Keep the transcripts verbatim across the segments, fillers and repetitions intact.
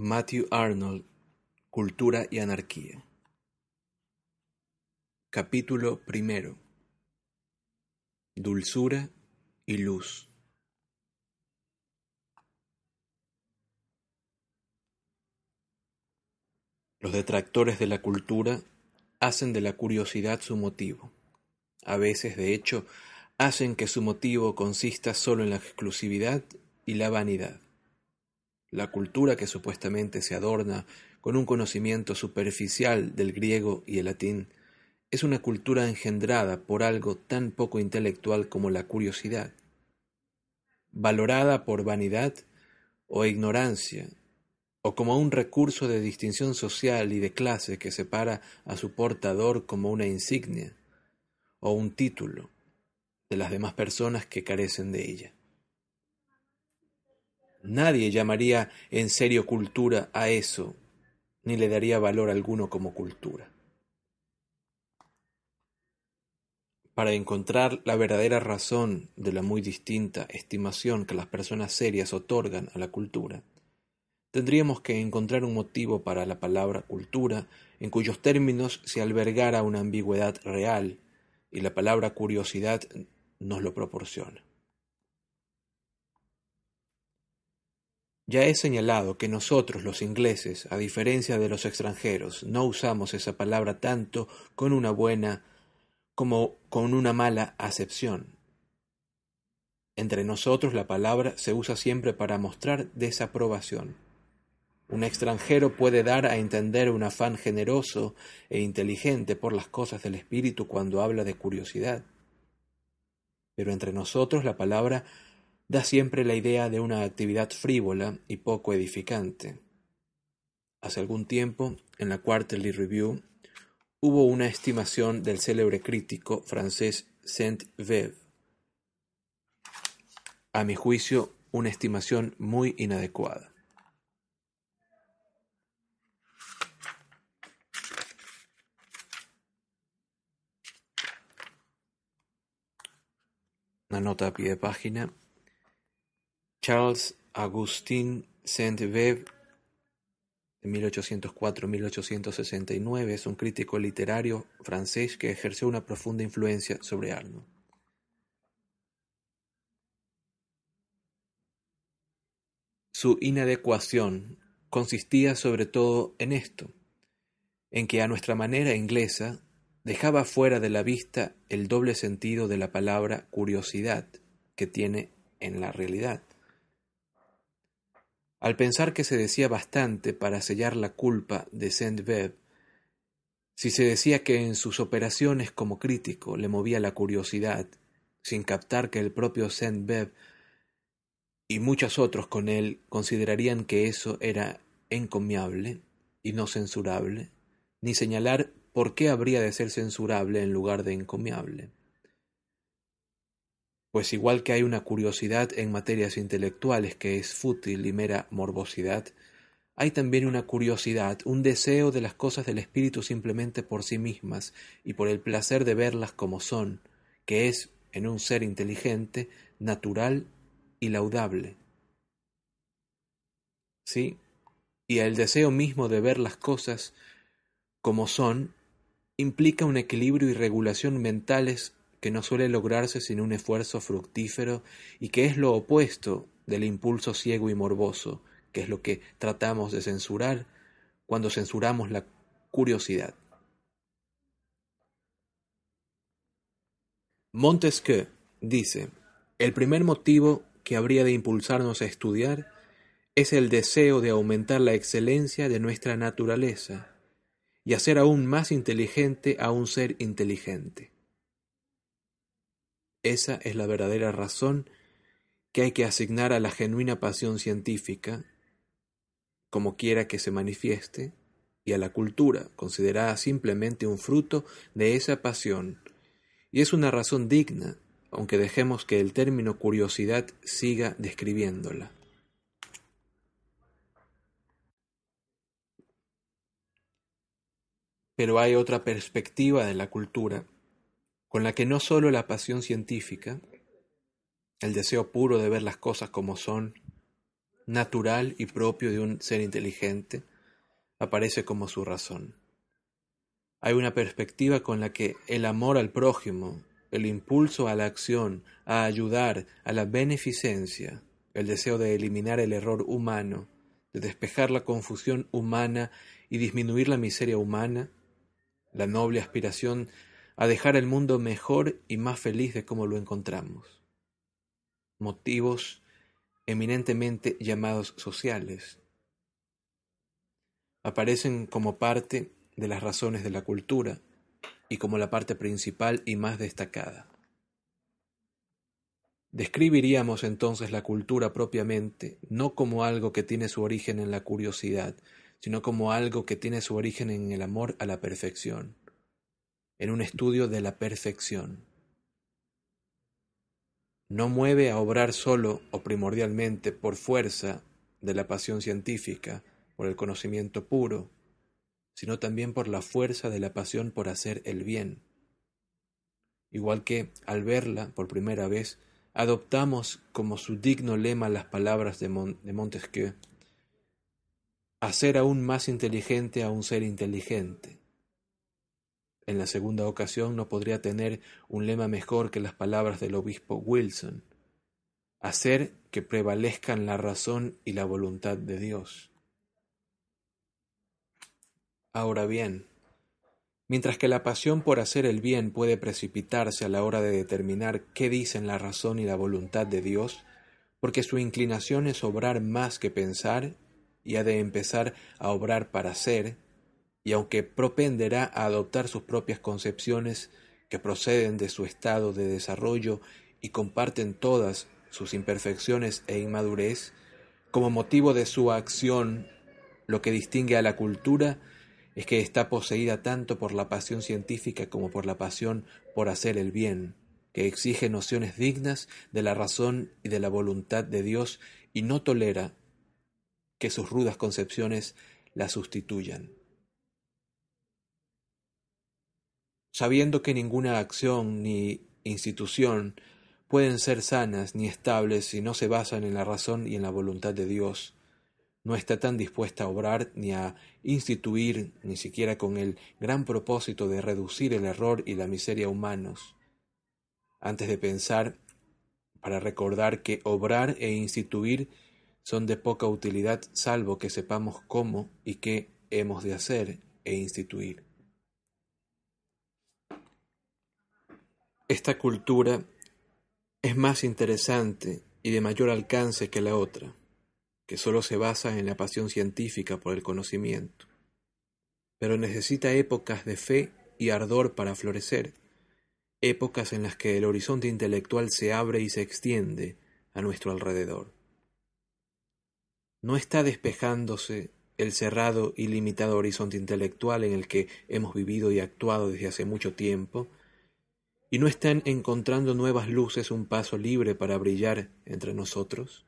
Matthew Arnold, Cultura y Anarquía. Capítulo primero. Dulzura y luz. Los detractores de la cultura hacen de la curiosidad su motivo. A veces, de hecho, hacen que su motivo consista solo en la exclusividad y la vanidad. La cultura que supuestamente se adorna con un conocimiento superficial del griego y el latín es una cultura engendrada por algo tan poco intelectual como la curiosidad, valorada por vanidad o ignorancia, o como un recurso de distinción social y de clase que separa a su portador como una insignia o un título de las demás personas que carecen de ella. Nadie llamaría en serio cultura a eso, ni le daría valor alguno como cultura. Para encontrar la verdadera razón de la muy distinta estimación que las personas serias otorgan a la cultura, tendríamos que encontrar un motivo para la palabra cultura en cuyos términos se albergara una ambigüedad real, y la palabra curiosidad nos lo proporciona. Ya he señalado que nosotros, los ingleses, a diferencia de los extranjeros, no usamos esa palabra tanto con una buena como con una mala acepción. Entre nosotros la palabra se usa siempre para mostrar desaprobación. Un extranjero puede dar a entender un afán generoso e inteligente por las cosas del espíritu cuando habla de curiosidad. Pero entre nosotros la palabra da siempre la idea de una actividad frívola y poco edificante. Hace algún tiempo, en la Quarterly Review, hubo una estimación del célebre crítico francés Saint-Beuve. A mi juicio, una estimación muy inadecuada. Una nota a pie de página. Charles Augustin Saint-Beuve, de mil ochocientos cuatro a mil ochocientos sesenta y nueve, es un crítico literario francés que ejerció una profunda influencia sobre Arnold. Su inadecuación consistía sobre todo en esto, en que a nuestra manera inglesa dejaba fuera de la vista el doble sentido de la palabra curiosidad que tiene en la realidad. Al pensar que se decía bastante para sellar la culpa de Saint-Beuve, si se decía que en sus operaciones como crítico le movía la curiosidad, sin captar que el propio Saint-Beuve y muchos otros con él considerarían que eso era encomiable y no censurable, ni señalar por qué habría de ser censurable en lugar de encomiable. Pues igual que hay una curiosidad en materias intelectuales que es fútil y mera morbosidad, hay también una curiosidad, un deseo de las cosas del espíritu simplemente por sí mismas y por el placer de verlas como son, que es, en un ser inteligente, natural y laudable. ¿Sí? Y el deseo mismo de ver las cosas como son implica un equilibrio y regulación mentales que no suele lograrse sin un esfuerzo fructífero y que es lo opuesto del impulso ciego y morboso, que es lo que tratamos de censurar cuando censuramos la curiosidad. Montesquieu dice: el primer motivo que habría de impulsarnos a estudiar es el deseo de aumentar la excelencia de nuestra naturaleza y hacer aún más inteligente a un ser inteligente. Esa es la verdadera razón que hay que asignar a la genuina pasión científica, como quiera que se manifieste, y a la cultura, considerada simplemente un fruto de esa pasión, y es una razón digna, aunque dejemos que el término curiosidad siga describiéndola. Pero hay otra perspectiva de la cultura, con la que no sólo la pasión científica, el deseo puro de ver las cosas como son, natural y propio de un ser inteligente, aparece como su razón. Hay una perspectiva con la que el amor al prójimo, el impulso a la acción, a ayudar, a la beneficencia, el deseo de eliminar el error humano, de despejar la confusión humana y disminuir la miseria humana, la noble aspiración a dejar el mundo mejor y más feliz de como lo encontramos. Motivos eminentemente llamados sociales. Aparecen como parte de las razones de la cultura y como la parte principal y más destacada. Describiríamos entonces la cultura propiamente no como algo que tiene su origen en la curiosidad, sino como algo que tiene su origen en el amor a la perfección, en un estudio de la perfección. No mueve a obrar solo o primordialmente por fuerza de la pasión científica, por el conocimiento puro, sino también por la fuerza de la pasión por hacer el bien. Igual que, al verla por primera vez, adoptamos como su digno lema las palabras de, Mon- de Montesquieu: hacer aún más inteligente a un ser inteligente. En la segunda ocasión no podría tener un lema mejor que las palabras del obispo Wilson: hacer que prevalezcan la razón y la voluntad de Dios. Ahora bien, mientras que la pasión por hacer el bien puede precipitarse a la hora de determinar qué dicen la razón y la voluntad de Dios, porque su inclinación es obrar más que pensar, y ha de empezar a obrar para ser, y aunque propenderá a adoptar sus propias concepciones que proceden de su estado de desarrollo y comparten todas sus imperfecciones e inmadurez, como motivo de su acción, lo que distingue a la cultura es que está poseída tanto por la pasión científica como por la pasión por hacer el bien, que exige nociones dignas de la razón y de la voluntad de Dios y no tolera que sus rudas concepciones la sustituyan. Sabiendo que ninguna acción ni institución pueden ser sanas ni estables si no se basan en la razón y en la voluntad de Dios, no está tan dispuesta a obrar ni a instituir, ni siquiera con el gran propósito de reducir el error y la miseria humanos, antes de pensar, para recordar que obrar e instituir son de poca utilidad salvo que sepamos cómo y qué hemos de hacer e instituir. Esta cultura es más interesante y de mayor alcance que la otra, que sólo se basa en la pasión científica por el conocimiento, pero necesita épocas de fe y ardor para florecer, épocas en las que el horizonte intelectual se abre y se extiende a nuestro alrededor. No está despejándose el cerrado y limitado horizonte intelectual en el que hemos vivido y actuado desde hace mucho tiempo, y no están encontrando nuevas luces un paso libre para brillar entre nosotros.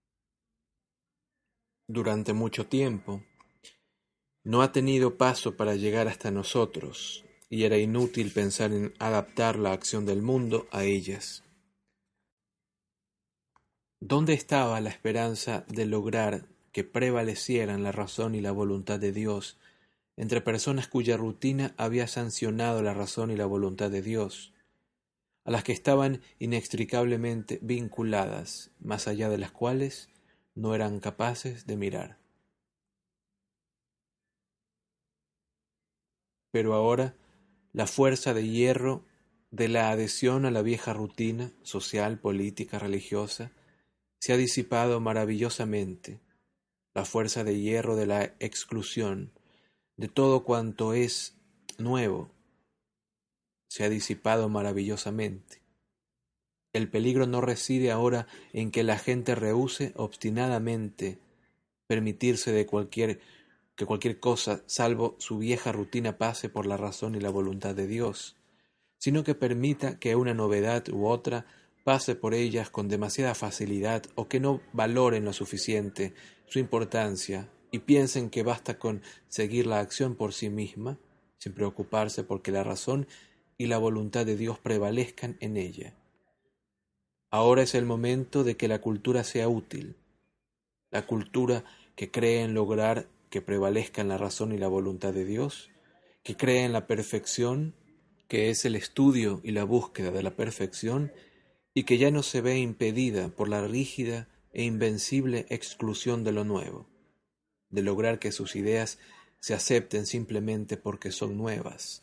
Durante mucho tiempo no ha tenido paso para llegar hasta nosotros, y era inútil pensar en adaptar la acción del mundo a ellas. ¿Dónde estaba la esperanza de lograr que prevalecieran la razón y la voluntad de Dios entre personas cuya rutina había sancionado la razón y la voluntad de Dios, a las que estaban inextricablemente vinculadas, más allá de las cuales no eran capaces de mirar? Pero ahora la fuerza de hierro de la adhesión a la vieja rutina social, política, religiosa, se ha disipado maravillosamente. La fuerza de hierro de la exclusión de todo cuanto es nuevo se ha disipado maravillosamente. El peligro no reside ahora en que la gente rehúse obstinadamente permitirse de cualquier que cualquier cosa salvo su vieja rutina pase por la razón y la voluntad de Dios, sino que permita que una novedad u otra pase por ellas con demasiada facilidad o que no valoren lo suficiente su importancia y piensen que basta con seguir la acción por sí misma, sin preocuparse porque la razón y la voluntad de Dios prevalezcan en ella. Ahora es el momento de que la cultura sea útil. la cultura que cree en lograr que prevalezcan la razón y la voluntad de Dios, que cree en la perfección, que es el estudio y la búsqueda de la perfección, y que ya no se ve impedida por la rígida e invencible exclusión de lo nuevo, de lograr que sus ideas se acepten simplemente porque son nuevas.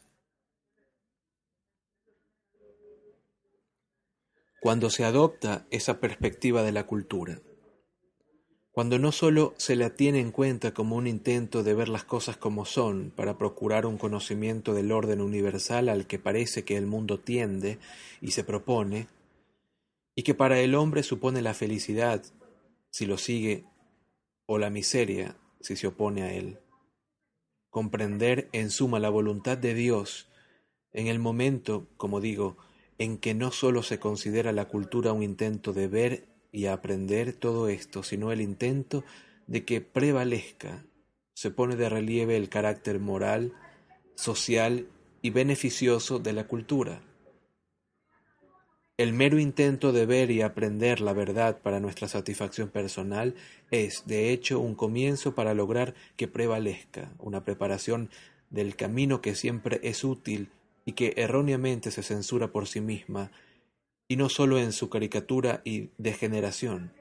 Cuando se adopta esa perspectiva de la cultura, cuando no sólo se la tiene en cuenta como un intento de ver las cosas como son para procurar un conocimiento del orden universal al que parece que el mundo tiende y se propone, y que para el hombre supone la felicidad si lo sigue o la miseria si se opone a él. Comprender en suma la voluntad de Dios en el momento, como digo, en que no sólo se considera la cultura un intento de ver y aprender todo esto, sino el intento de que prevalezca, se pone de relieve el carácter moral, social y beneficioso de la cultura. El mero intento de ver y aprender la verdad para nuestra satisfacción personal es, de hecho, un comienzo para lograr que prevalezca, una preparación del camino que siempre es útil y que erróneamente se censura por sí misma, y no sólo en su caricatura y degeneración.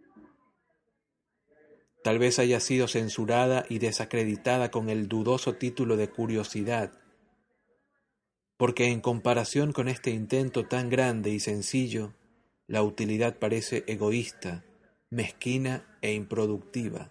Tal vez haya sido censurada y desacreditada con el dudoso título de curiosidad, porque en comparación con este intento tan grande y sencillo, la utilidad parece egoísta, mezquina e improductiva.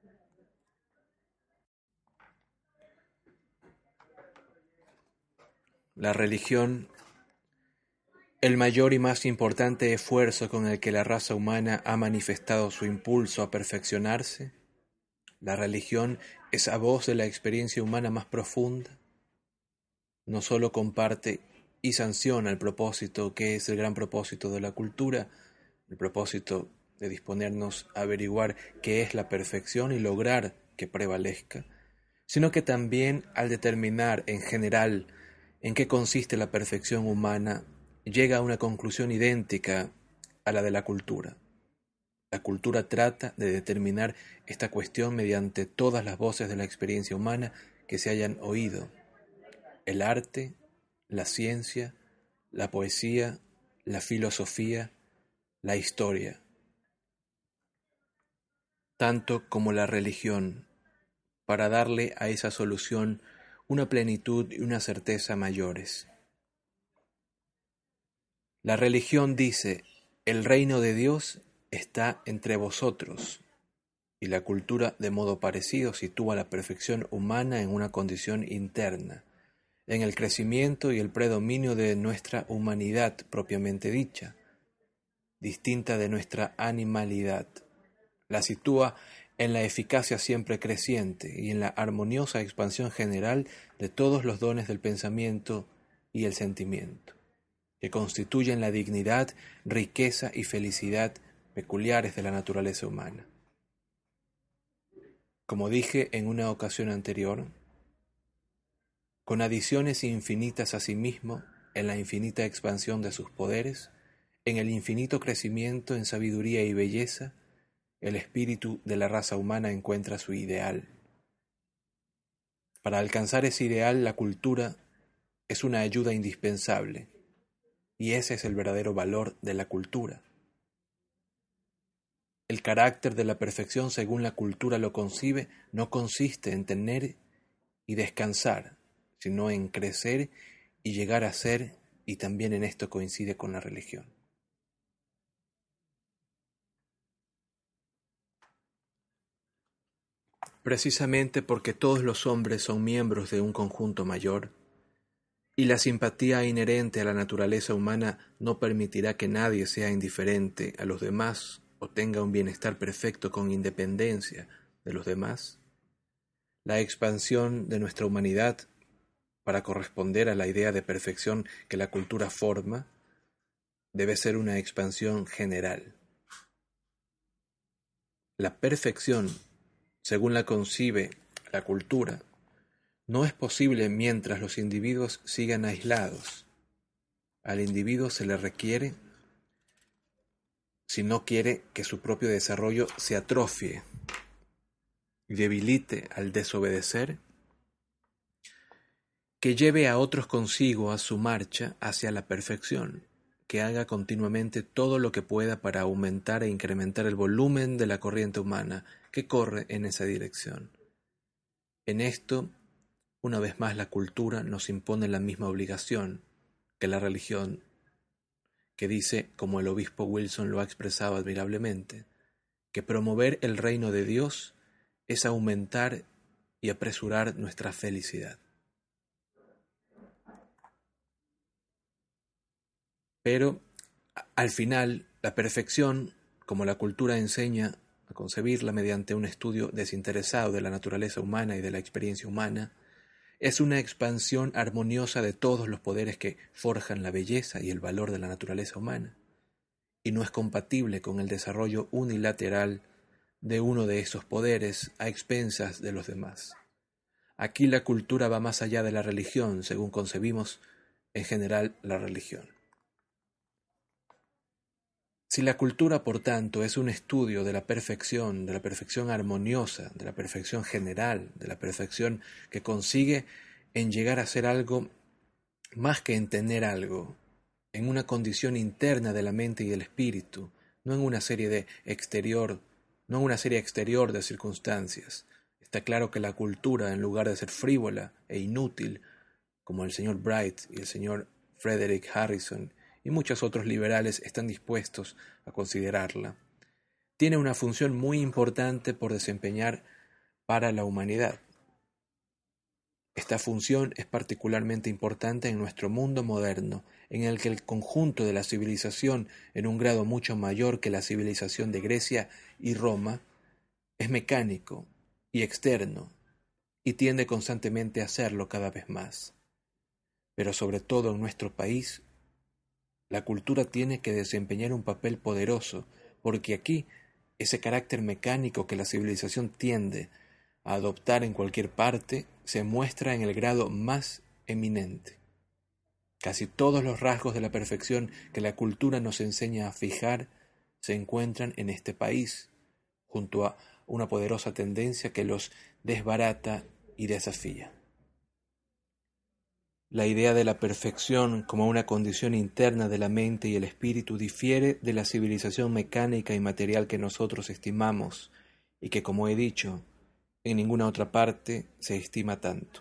La religión, el mayor y más importante esfuerzo con el que la raza humana ha manifestado su impulso a perfeccionarse, la religión, esa voz de la experiencia humana más profunda, no sólo comparte y sanciona el propósito que es el gran propósito de la cultura, el propósito de disponernos a averiguar qué es la perfección y lograr que prevalezca, sino que también al determinar en general en qué consiste la perfección humana, llega a una conclusión idéntica a la de la cultura. La cultura trata de determinar esta cuestión mediante todas las voces de la experiencia humana que se hayan oído. El arte, la ciencia, la poesía, la filosofía, la historia, tanto como la religión, para darle a esa solución una plenitud y una certeza mayores. La religión dice, el reino de Dios está entre vosotros, y la cultura de modo parecido sitúa la perfección humana en una condición interna, en el crecimiento y el predominio de nuestra humanidad propiamente dicha, distinta de nuestra animalidad. La sitúa en la eficacia siempre creciente y en la armoniosa expansión general de todos los dones del pensamiento y el sentimiento, que constituyen la dignidad, riqueza y felicidad peculiares de la naturaleza humana. Como dije en una ocasión anterior, con adiciones infinitas a sí mismo, en la infinita expansión de sus poderes, en el infinito crecimiento en sabiduría y belleza, el espíritu de la raza humana encuentra su ideal. Para alcanzar ese ideal, la cultura es una ayuda indispensable, y ese es el verdadero valor de la cultura. El carácter de la perfección, según la cultura lo concibe, no consiste en tener y descansar, sino en crecer y llegar a ser, y también en esto coincide con la religión. Precisamente porque todos los hombres son miembros de un conjunto mayor, y la simpatía inherente a la naturaleza humana no permitirá que nadie sea indiferente a los demás o tenga un bienestar perfecto con independencia de los demás, la expansión de nuestra humanidad para corresponder a la idea de perfección que la cultura forma, debe ser una expansión general. La perfección, según la concibe la cultura, no es posible mientras los individuos sigan aislados. Al individuo se le requiere si no quiere que su propio desarrollo se atrofie y debilite al desobedecer, que lleve a otros consigo a su marcha hacia la perfección, que haga continuamente todo lo que pueda para aumentar e incrementar el volumen de la corriente humana que corre en esa dirección. En esto, una vez más, la cultura nos impone la misma obligación que la religión, que dice, como el obispo Wilson lo ha expresado admirablemente, que promover el reino de Dios es aumentar y apresurar nuestra felicidad. Pero, al final, la perfección, como la cultura enseña a concebirla mediante un estudio desinteresado de la naturaleza humana y de la experiencia humana, es una expansión armoniosa de todos los poderes que forjan la belleza y el valor de la naturaleza humana, y no es compatible con el desarrollo unilateral de uno de esos poderes a expensas de los demás. Aquí la cultura va más allá de la religión, según concebimos en general la religión. Si la cultura, por tanto, es un estudio de la perfección, de la perfección armoniosa, de la perfección general, de la perfección que consigue en llegar a ser algo más que en tener algo, en una condición interna de la mente y del espíritu, no en una serie de exterior, no en una serie exterior de circunstancias. Está claro que la cultura, en lugar de ser frívola e inútil, como el señor Bright y el señor Frederick Harrison y muchos otros liberales están dispuestos a considerarla, tiene una función muy importante por desempeñar para la humanidad. Esta función es particularmente importante en nuestro mundo moderno, en el que el conjunto de la civilización, en un grado mucho mayor que la civilización de Grecia y Roma, es mecánico y externo, y tiende constantemente a serlo cada vez más. Pero sobre todo en nuestro país, la cultura tiene que desempeñar un papel poderoso, porque aquí ese carácter mecánico que la civilización tiende a adoptar en cualquier parte se muestra en el grado más eminente. Casi todos los rasgos de la perfección que la cultura nos enseña a fijar se encuentran en este país, junto a una poderosa tendencia que los desbarata y desafía. La idea de la perfección como una condición interna de la mente y el espíritu difiere de la civilización mecánica y material que nosotros estimamos y que, como he dicho, en ninguna otra parte se estima tanto.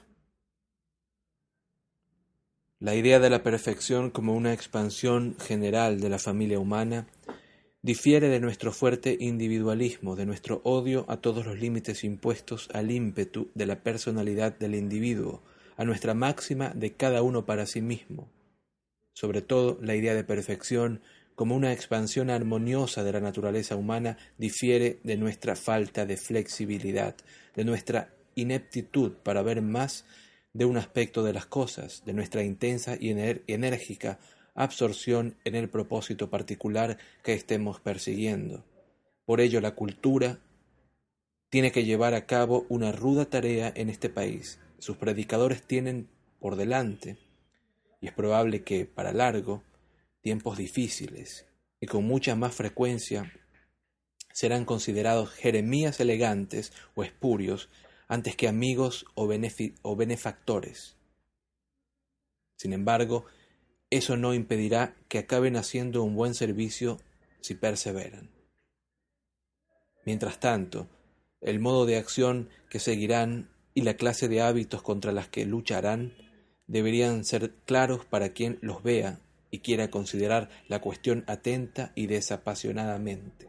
La idea de la perfección como una expansión general de la familia humana difiere de nuestro fuerte individualismo, de nuestro odio a todos los límites impuestos al ímpetu de la personalidad del individuo, a nuestra máxima de cada uno para sí mismo. Sobre todo, la idea de perfección como una expansión armoniosa de la naturaleza humana difiere de nuestra falta de flexibilidad, de nuestra ineptitud para ver más de un aspecto de las cosas, de nuestra intensa y ener- enérgica absorción en el propósito particular que estemos persiguiendo. Por ello, la cultura tiene que llevar a cabo una ruda tarea en este país. Sus predicadores tienen por delante, y es probable que para largo, tiempos difíciles, y con mucha más frecuencia serán considerados jeremías elegantes o espurios antes que amigos o, benefi- o benefactores. Sin embargo, eso no impedirá que acaben haciendo un buen servicio si perseveran. Mientras tanto, el modo de acción que seguirán y la clase de hábitos contra las que lucharán deberían ser claros para quien los vea y quiera considerar la cuestión atenta y desapasionadamente.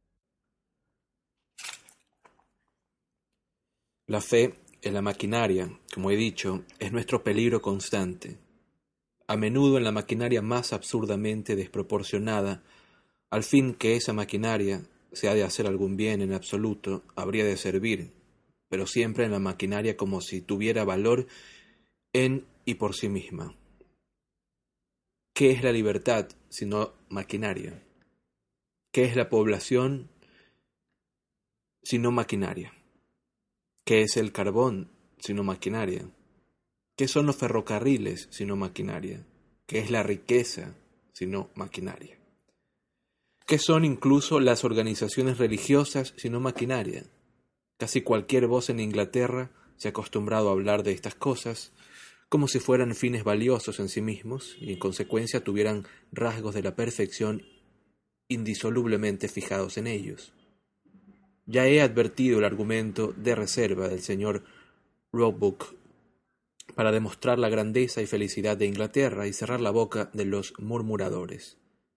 La fe en la maquinaria, como he dicho, es nuestro peligro constante. A menudo en la maquinaria más absurdamente desproporcionada, al fin que esa maquinaria, si ha de hacer algún bien en absoluto, habría de servir, pero siempre en la maquinaria como si tuviera valor en y por sí misma. ¿Qué es la libertad sino maquinaria? ¿Qué es la población sino maquinaria? ¿Qué es el carbón sino maquinaria? ¿Qué son los ferrocarriles sino maquinaria? ¿Qué es la riqueza sino maquinaria? ¿Qué son incluso las organizaciones religiosas sino maquinaria? Casi cualquier voz en Inglaterra se ha acostumbrado a hablar de estas cosas como si fueran fines valiosos en sí mismos y en consecuencia tuvieran rasgos de la perfección indisolublemente fijados en ellos. Ya he advertido el argumento de reserva del señor Roebuck para demostrar la grandeza y felicidad de Inglaterra y cerrar la boca de los murmuradores.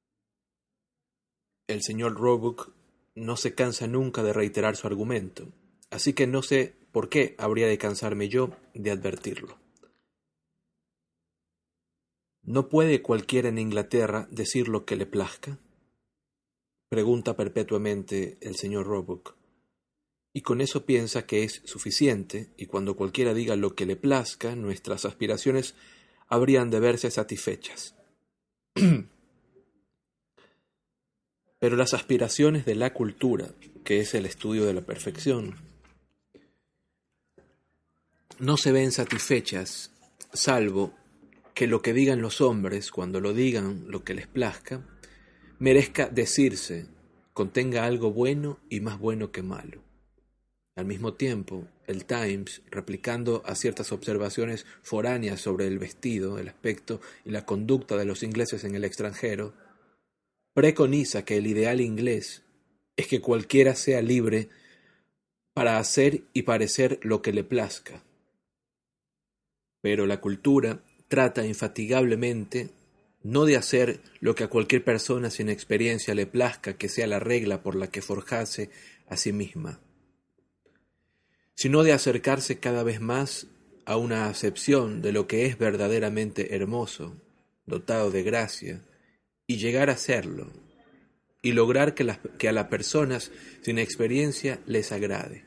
El señor Roebuck no se cansa nunca de reiterar su argumento, así que no sé por qué habría de cansarme yo de advertirlo. ¿No puede cualquiera en Inglaterra decir lo que le plazca?, pregunta perpetuamente el señor Roebuck, y con eso piensa que es suficiente, y cuando cualquiera diga lo que le plazca, nuestras aspiraciones habrían de verse satisfechas. Pero las aspiraciones de la cultura, que es el estudio de la perfección, no se ven satisfechas, salvo que lo que digan los hombres, cuando lo digan lo que les plazca, merezca decirse, contenga algo bueno y más bueno que malo. Al mismo tiempo, el Times, replicando a ciertas observaciones foráneas sobre el vestido, el aspecto y la conducta de los ingleses en el extranjero, preconiza que el ideal inglés es que cualquiera sea libre para hacer y parecer lo que le plazca. Pero la cultura trata infatigablemente no de hacer lo que a cualquier persona sin experiencia le plazca que sea la regla por la que forjase a sí misma, sino de acercarse cada vez más a una acepción de lo que es verdaderamente hermoso, dotado de gracia, y llegar a serlo, y lograr que, las, que a las personas sin experiencia les agrade.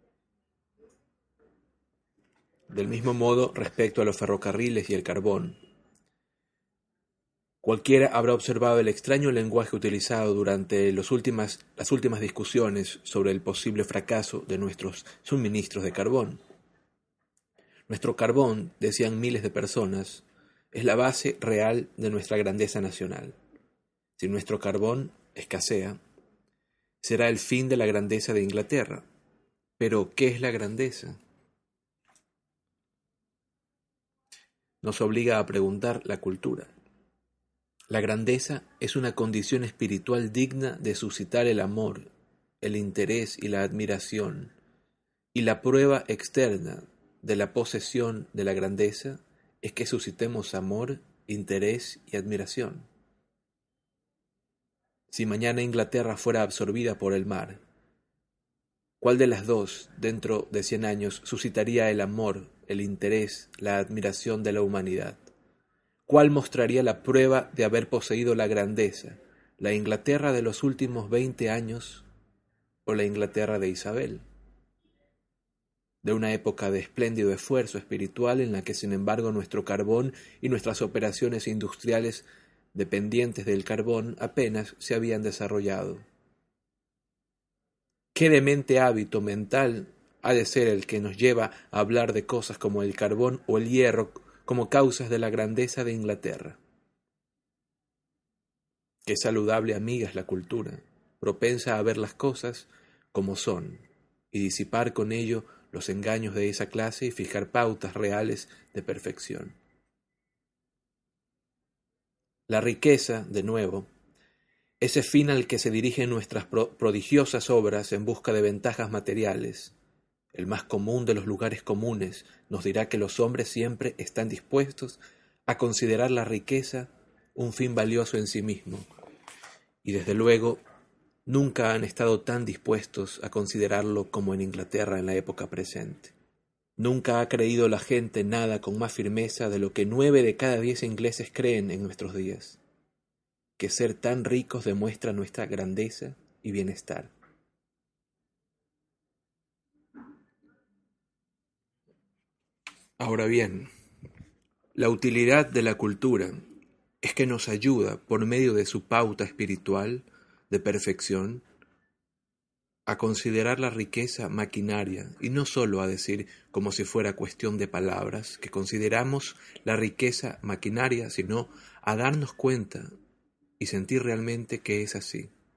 Del mismo modo, respecto a los ferrocarriles y el carbón, cualquiera habrá observado el extraño lenguaje utilizado durante los últimas, las últimas discusiones sobre el posible fracaso de nuestros suministros de carbón. Nuestro carbón, decían miles de personas, es la base real de nuestra grandeza nacional. Si nuestro carbón escasea, será el fin de la grandeza de Inglaterra. Pero, ¿qué es la grandeza? Nos obliga a preguntar la cultura. La grandeza es una condición espiritual digna de suscitar el amor, el interés y la admiración, y la prueba externa de la posesión de la grandeza es que suscitemos amor, interés y admiración. Si mañana Inglaterra fuera absorbida por el mar, ¿cuál de las dos, dentro de cien años, suscitaría el amor, el interés, la admiración de la humanidad? ¿Cuál mostraría la prueba de haber poseído la grandeza, la Inglaterra de los últimos veinte años o la Inglaterra de Isabel? De una época de espléndido esfuerzo espiritual en la que, sin embargo, nuestro carbón y nuestras operaciones industriales dependientes del carbón apenas se habían desarrollado. ¿Qué demente hábito mental ha de ser el que nos lleva a hablar de cosas como el carbón o el hierro como causas de la grandeza de Inglaterra? Qué saludable amiga es la cultura, propensa a ver las cosas como son y disipar con ello los engaños de esa clase y fijar pautas reales de perfección. La riqueza, de nuevo, ese fin al que se dirigen nuestras prodigiosas obras en busca de ventajas materiales, el más común de los lugares comunes, nos dirá que los hombres siempre están dispuestos a considerar la riqueza un fin valioso en sí mismo, y desde luego nunca han estado tan dispuestos a considerarlo como en Inglaterra en la época presente. Nunca ha creído la gente nada con más firmeza de lo que nueve de cada diez ingleses creen en nuestros días, que ser tan ricos demuestra nuestra grandeza y bienestar. Ahora bien, la utilidad de la cultura es que nos ayuda, por medio de su pauta espiritual de perfección, a considerar la riqueza maquinaria y no sólo a decir como si fuera cuestión de palabras que consideramos la riqueza maquinaria, sino a darnos cuenta y sentir realmente que es así.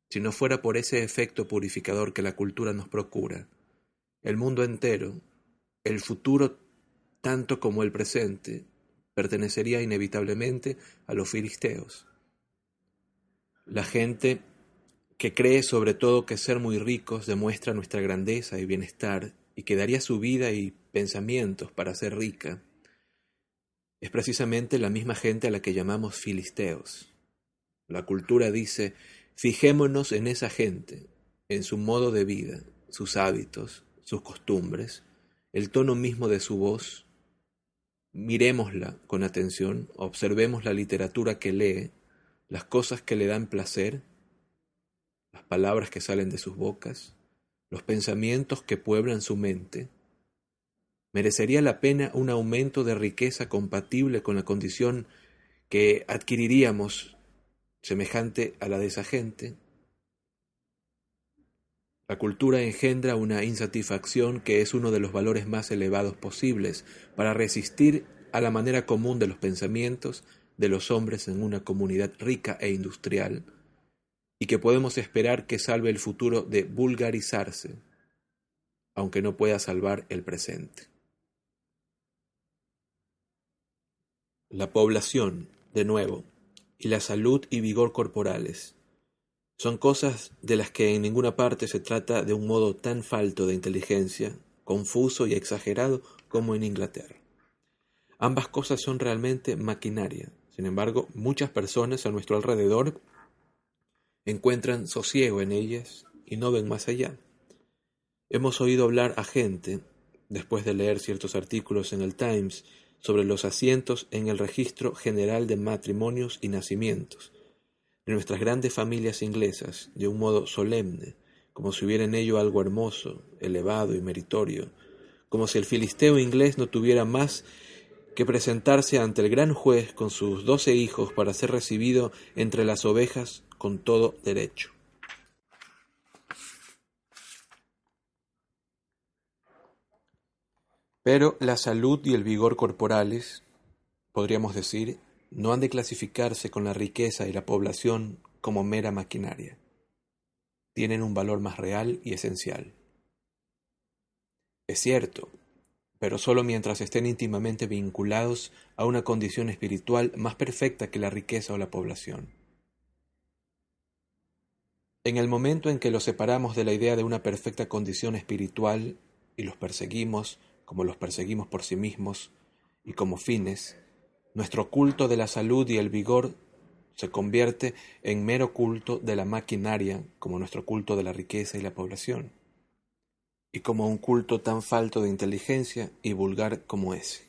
Si no fuera por ese efecto purificador que la cultura nos procura, el mundo entero, el futuro tanto como el presente, pertenecería inevitablemente a los filisteos. La gente que cree sobre todo que ser muy ricos demuestra nuestra grandeza y bienestar y que daría su vida y pensamientos para ser rica, es precisamente la misma gente a la que llamamos filisteos. La cultura dice, fijémonos en esa gente, en su modo de vida, sus hábitos, sus costumbres, el tono mismo de su voz. Miremosla con atención, observemos la literatura que lee, las cosas que le dan placer, las palabras que salen de sus bocas, los pensamientos que pueblan su mente. ¿Merecería la pena un aumento de riqueza compatible con la condición que adquiriríamos semejante a la de esa gente? La cultura engendra una insatisfacción que es uno de los valores más elevados posibles para resistir a la manera común de los pensamientos de los hombres en una comunidad rica e industrial, y que podemos esperar que salve el futuro de vulgarizarse, aunque no pueda salvar el presente. La población, de nuevo, y la salud y vigor corporales son cosas de las que en ninguna parte se trata de un modo tan falto de inteligencia, confuso y exagerado como en Inglaterra. Ambas cosas son realmente maquinaria. Sin embargo, muchas personas a nuestro alrededor encuentran sosiego en ellas y no ven más allá. Hemos oído hablar a gente, después de leer ciertos artículos en el Times, sobre los asientos en el Registro General de Matrimonios y Nacimientos de nuestras grandes familias inglesas, de un modo solemne, como si hubiera en ello algo hermoso, elevado y meritorio, como si el filisteo inglés no tuviera más que presentarse ante el gran juez con sus doce hijos para ser recibido entre las ovejas con todo derecho. Pero la salud y el vigor corporales, podríamos decir, no han de clasificarse con la riqueza y la población como mera maquinaria. Tienen un valor más real y esencial. Es cierto, pero solo mientras estén íntimamente vinculados a una condición espiritual más perfecta que la riqueza o la población. En el momento en que los separamos de la idea de una perfecta condición espiritual y los perseguimos como los perseguimos por sí mismos y como fines, nuestro culto de la salud y el vigor se convierte en mero culto de la maquinaria como nuestro culto de la riqueza y la población, y como un culto tan falto de inteligencia y vulgar como ese.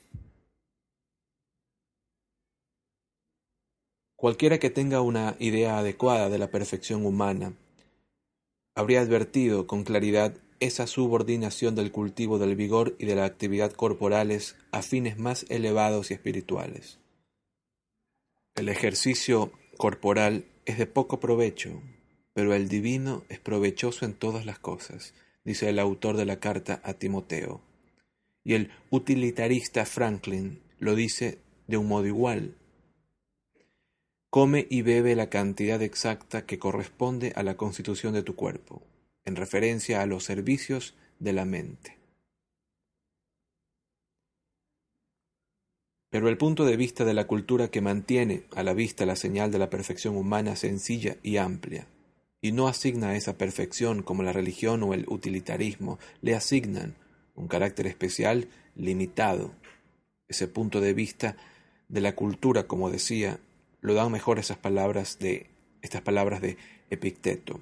Cualquiera que tenga una idea adecuada de la perfección humana habría advertido con claridad esa subordinación del cultivo del vigor y de la actividad corporales a fines más elevados y espirituales. El ejercicio corporal es de poco provecho, pero el divino es provechoso en todas las cosas, dice el autor de la carta a Timoteo. Y el utilitarista Franklin lo dice de un modo igual. Come y bebe la cantidad exacta que corresponde a la constitución de tu cuerpo, en referencia a los servicios de la mente. Pero el punto de vista de la cultura que mantiene a la vista la señal de la perfección humana sencilla y amplia, y no asigna a esa perfección como la religión o el utilitarismo le asignan un carácter especial limitado. Ese punto de vista de la cultura, como decía, lo dan mejor esas palabras de, estas palabras de Epicteto.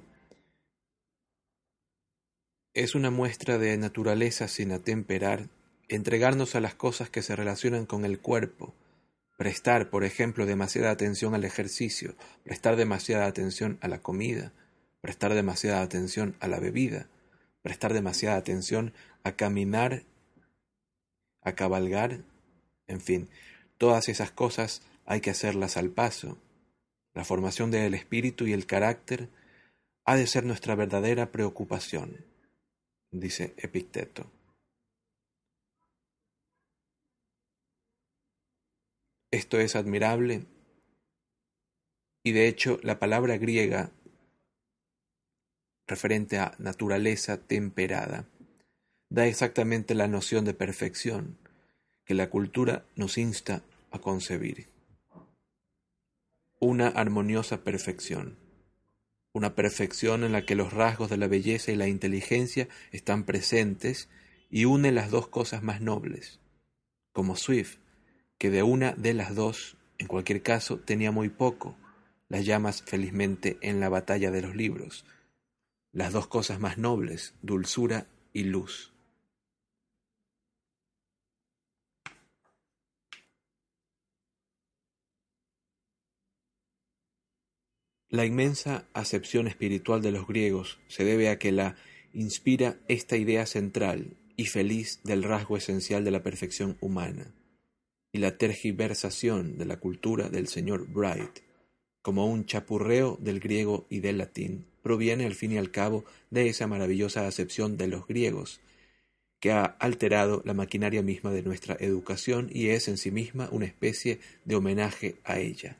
Es una muestra de naturaleza sin atemperar, entregarnos a las cosas que se relacionan con el cuerpo, prestar, por ejemplo, demasiada atención al ejercicio, prestar demasiada atención a la comida, prestar demasiada atención a la bebida, prestar demasiada atención a caminar, a cabalgar, en fin, todas esas cosas hay que hacerlas al paso. La formación del espíritu y el carácter ha de ser nuestra verdadera preocupación, dice Epicteto. Esto es admirable y de hecho la palabra griega referente a naturaleza temperada, da exactamente la noción de perfección que la cultura nos insta a concebir. Una armoniosa perfección, una perfección en la que los rasgos de la belleza y la inteligencia están presentes y une las dos cosas más nobles, como Swift, que de una de las dos, en cualquier caso, tenía muy poco, las llamas felizmente en la batalla de los libros, las dos cosas más nobles, dulzura y luz. La inmensa acepción espiritual de los griegos se debe a que la inspira esta idea central y feliz del rasgo esencial de la perfección humana, y la tergiversación de la cultura del señor Bright, como un chapurreo del griego y del latín, proviene al fin y al cabo de esa maravillosa acepción de los griegos, que ha alterado la maquinaria misma de nuestra educación y es en sí misma una especie de homenaje a ella.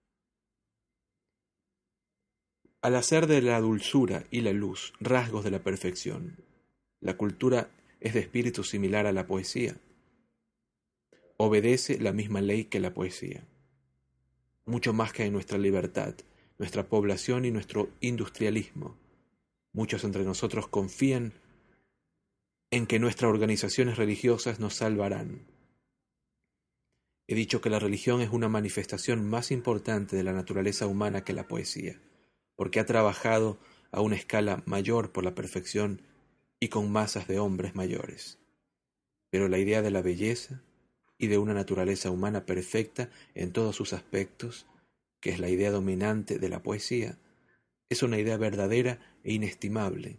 Al hacer de la dulzura y la luz rasgos de la perfección, la cultura es de espíritu similar a la poesía. Obedece la misma ley que la poesía. Mucho más que en nuestra libertad, nuestra población y nuestro industrialismo. Muchos entre nosotros confían en que nuestras organizaciones religiosas nos salvarán. He dicho que la religión es una manifestación más importante de la naturaleza humana que la poesía, porque ha trabajado a una escala mayor por la perfección y con masas de hombres mayores. Pero la idea de la belleza y de una naturaleza humana perfecta en todos sus aspectos, que es la idea dominante de la poesía, es una idea verdadera e inestimable,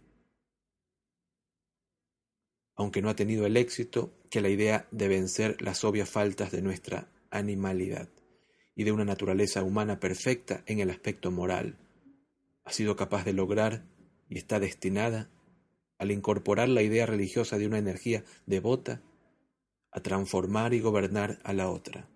aunque no ha tenido el éxito que la idea de vencer las obvias faltas de nuestra animalidad y de una naturaleza humana perfecta en el aspecto moral ha sido capaz de lograr y está destinada, al incorporar la idea religiosa de una energía devota, a transformar y gobernar a la otra.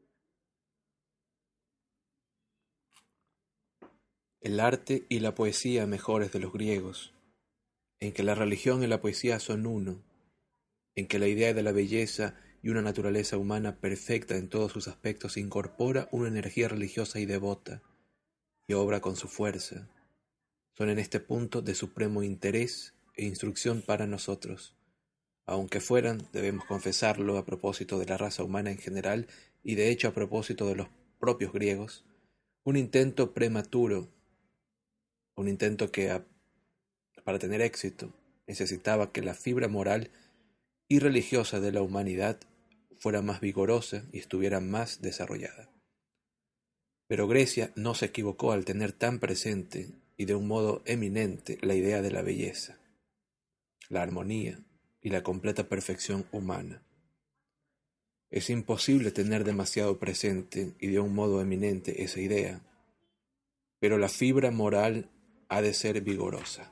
El arte y la poesía mejores de los griegos, en que la religión y la poesía son uno, en que la idea de la belleza y una naturaleza humana perfecta en todos sus aspectos incorpora una energía religiosa y devota, y obra con su fuerza, son en este punto de supremo interés e instrucción para nosotros, aunque fueran, debemos confesarlo a propósito de la raza humana en general y de hecho a propósito de los propios griegos, un intento prematuro, un intento que a, para tener éxito necesitaba que la fibra moral y religiosa de la humanidad fuera más vigorosa y estuviera más desarrollada. Pero Grecia no se equivocó al tener tan presente y de un modo eminente la idea de la belleza, la armonía y la completa perfección humana. Es imposible tener demasiado presente y de un modo eminente esa idea, pero la fibra moral ha de ser vigorosa.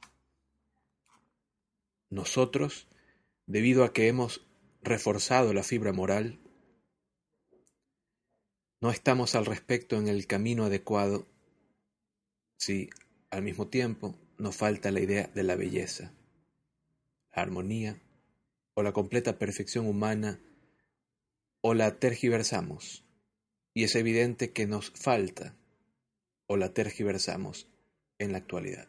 Nosotros, debido a que hemos reforzado la fibra moral, no estamos al respecto en el camino adecuado si, al mismo tiempo, nos falta la idea de la belleza, la armonía o la completa perfección humana, o la tergiversamos, y es evidente que nos falta o la tergiversamos en la actualidad.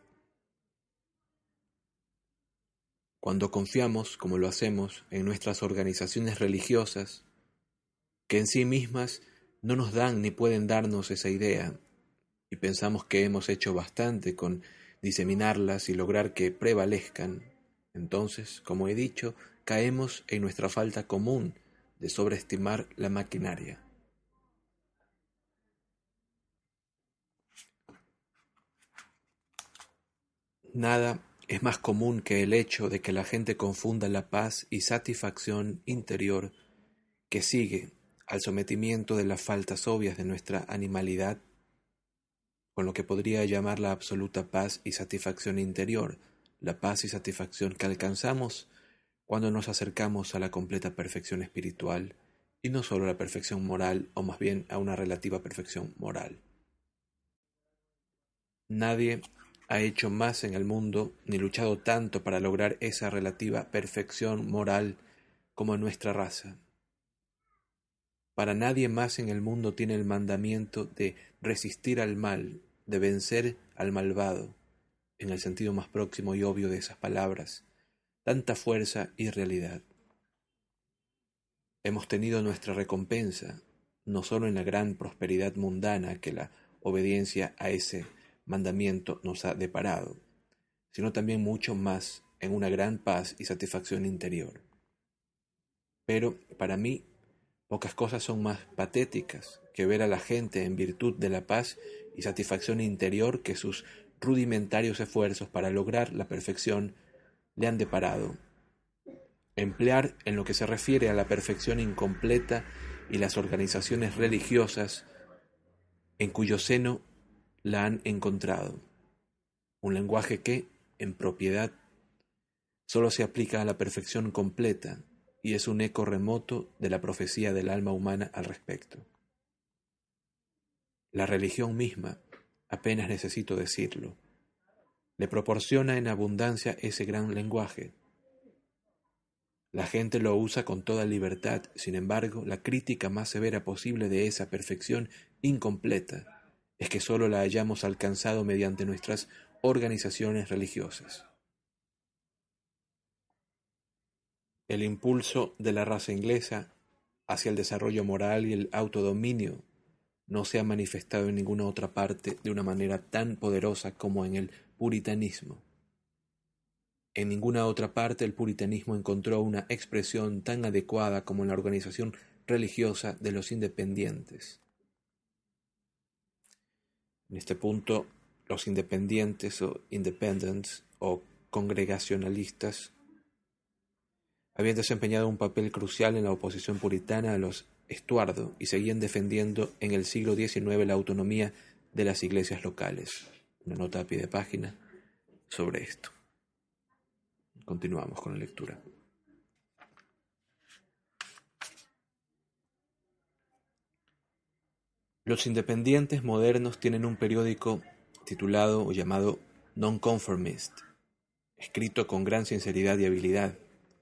Cuando confiamos, como lo hacemos, en nuestras organizaciones religiosas, que en sí mismas no nos dan ni pueden darnos esa idea, y pensamos que hemos hecho bastante con diseminarlas y lograr que prevalezcan, entonces, como he dicho, caemos en nuestra falta común de sobreestimar la maquinaria. Nada es más común que el hecho de que la gente confunda la paz y satisfacción interior que sigue al sometimiento de las faltas obvias de nuestra animalidad con lo que podría llamar la absoluta paz y satisfacción interior, la paz y satisfacción que alcanzamos cuando nos acercamos a la completa perfección espiritual y no solo a la perfección moral, o más bien a una relativa perfección moral. Nadie ha hecho más en el mundo ni luchado tanto para lograr esa relativa perfección moral como nuestra raza. Para nadie más en el mundo tiene el mandamiento de resistir al mal, de vencer al malvado, en el sentido más próximo y obvio de esas palabras, tanta fuerza y realidad. Hemos tenido nuestra recompensa, no solo en la gran prosperidad mundana que la obediencia a ese mandamiento nos ha deparado, sino también mucho más en una gran paz y satisfacción interior. Pero, para mí, pocas cosas son más patéticas que ver a la gente en virtud de la paz y satisfacción interior que sus rudimentarios esfuerzos para lograr la perfección le han deparado. Emplear en lo que se refiere a la perfección incompleta y las organizaciones religiosas en cuyo seno la han encontrado. Un lenguaje que, en propiedad, solo se aplica a la perfección completa y es un eco remoto de la profecía del alma humana al respecto. La religión misma, apenas necesito decirlo, le proporciona en abundancia ese gran lenguaje. La gente lo usa con toda libertad, sin embargo, la crítica más severa posible de esa perfección incompleta es que sólo la hayamos alcanzado mediante nuestras organizaciones religiosas. El impulso de la raza inglesa hacia el desarrollo moral y el autodominio no se ha manifestado en ninguna otra parte de una manera tan poderosa como en el puritanismo. En ninguna otra parte el puritanismo encontró una expresión tan adecuada como en la organización religiosa de los independientes. En este punto, los independientes o independents o congregacionalistas habían desempeñado un papel crucial en la oposición puritana a los Estuardo y seguían defendiendo en el siglo diecinueve la autonomía de las iglesias locales. Una nota a pie de página sobre esto. Continuamos con la lectura. Los independientes modernos tienen un periódico titulado o llamado Nonconformist, escrito con gran sinceridad y habilidad.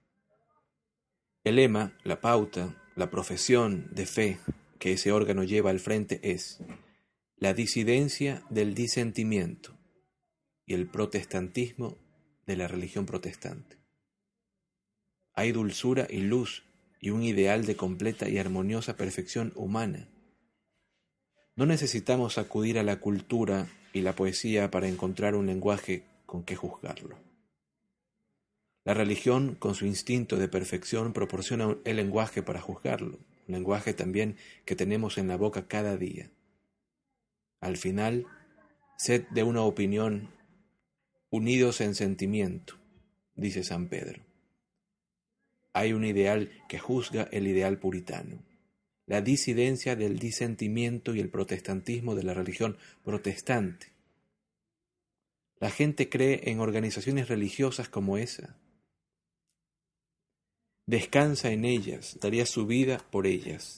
El lema, la pauta, la profesión de fe que ese órgano lleva al frente es la disidencia del disentimiento y el protestantismo de la religión protestante. Hay dulzura y luz y un ideal de completa y armoniosa perfección humana. No necesitamos acudir a la cultura y la poesía para encontrar un lenguaje con que juzgarlo. La religión, con su instinto de perfección, proporciona el lenguaje para juzgarlo, un lenguaje también que tenemos en la boca cada día. Al final, sed de una opinión, unidos en sentimiento, dice San Pedro. Hay un ideal que juzga el ideal puritano, la disidencia del disentimiento y el protestantismo de la religión protestante. La gente cree en organizaciones religiosas como esa. Descansa en ellas, daría su vida por ellas.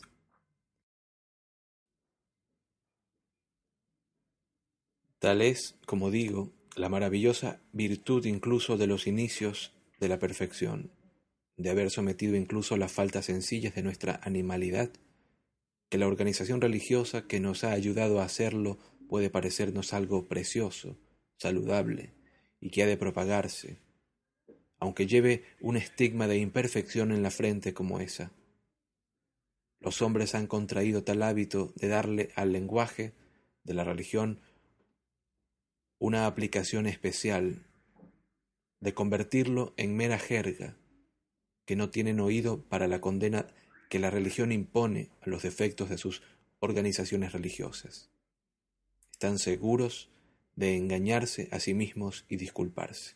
Tal es, como digo, la maravillosa virtud incluso de los inicios de la perfección, de haber sometido incluso las faltas sencillas de nuestra animalidad, que la organización religiosa que nos ha ayudado a hacerlo puede parecernos algo precioso, saludable, y que ha de propagarse, aunque lleve un estigma de imperfección en la frente como esa. Los hombres han contraído tal hábito de darle al lenguaje de la religión una aplicación especial, de convertirlo en mera jerga, que no tienen oído para la condena que la religión impone a los defectos de sus organizaciones religiosas. Están seguros de engañarse a sí mismos y disculparse.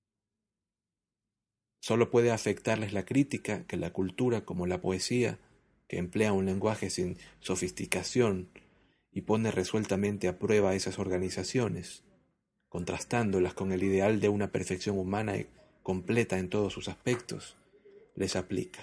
Solo puede afectarles la crítica que la cultura, como la poesía, que emplea un lenguaje sin sofisticación y pone resueltamente a prueba esas organizaciones, contrastándolas con el ideal de una perfección humana y completa en todos sus aspectos, les aplica.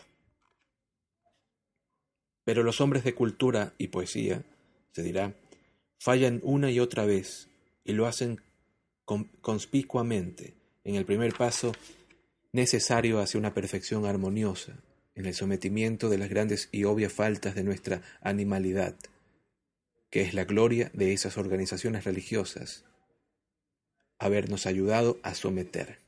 Pero los hombres de cultura y poesía, se dirá, fallan una y otra vez y lo hacen conspicuamente en el primer paso necesario hacia una perfección armoniosa, en el sometimiento de las grandes y obvias faltas de nuestra animalidad, que es la gloria de esas organizaciones religiosas, habernos ayudado a someter.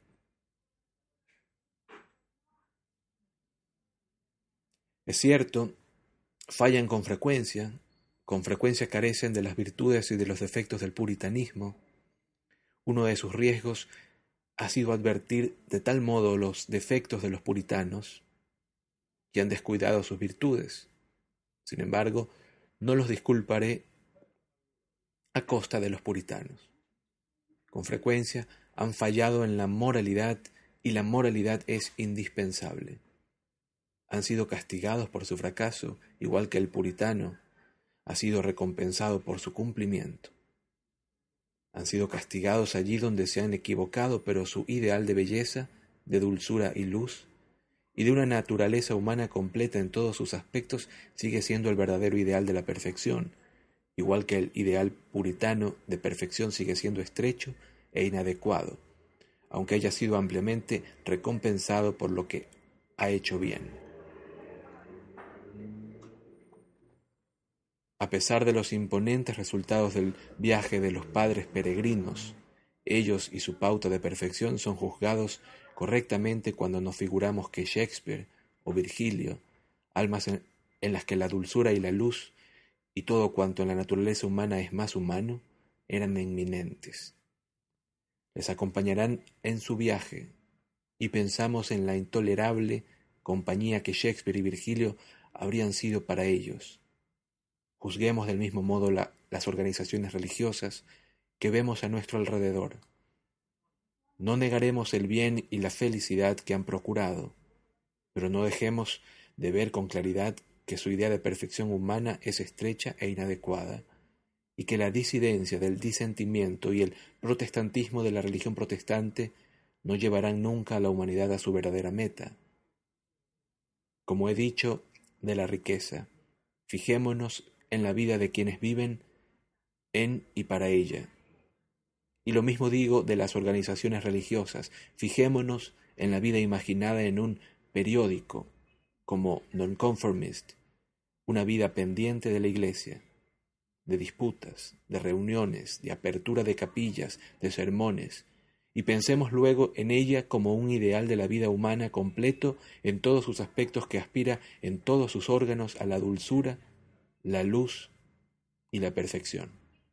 Es cierto, fallan con frecuencia, con frecuencia carecen de las virtudes y de los defectos del puritanismo. Uno de sus riesgos ha sido advertir de tal modo los defectos de los puritanos que han descuidado sus virtudes. Sin embargo, no los disculparé a costa de los puritanos. Con frecuencia han fallado en la moralidad y la moralidad es indispensable. Han sido castigados por su fracaso, igual que el puritano ha sido recompensado por su cumplimiento. Han sido castigados allí donde se han equivocado, pero su ideal de belleza, de dulzura y luz, y de una naturaleza humana completa en todos sus aspectos, sigue siendo el verdadero ideal de la perfección, igual que el ideal puritano de perfección sigue siendo estrecho e inadecuado, aunque haya sido ampliamente recompensado por lo que ha hecho bien. A pesar de los imponentes resultados del viaje de los padres peregrinos, ellos y su pauta de perfección son juzgados correctamente cuando nos figuramos que Shakespeare o Virgilio, almas en, en las que la dulzura y la luz y todo cuanto en la naturaleza humana es más humano, eran eminentes. Les acompañarán en su viaje y pensamos en la intolerable compañía que Shakespeare y Virgilio habrían sido para ellos. Juzguemos del mismo modo la, las organizaciones religiosas que vemos a nuestro alrededor. No negaremos el bien y la felicidad que han procurado, pero no dejemos de ver con claridad que su idea de perfección humana es estrecha e inadecuada, y que la disidencia del disentimiento y el protestantismo de la religión protestante no llevarán nunca a la humanidad a su verdadera meta. Como he dicho de la riqueza, fijémonos en la vida de quienes viven en y para ella. Y lo mismo digo de las organizaciones religiosas. Fijémonos en la vida imaginada en un periódico como Nonconformist, una vida pendiente de la Iglesia, de disputas, de reuniones, de apertura de capillas, de sermones, y pensemos luego en ella como un ideal de la vida humana completo en todos sus aspectos que aspira en todos sus órganos a la dulzura, la luz y la perfección.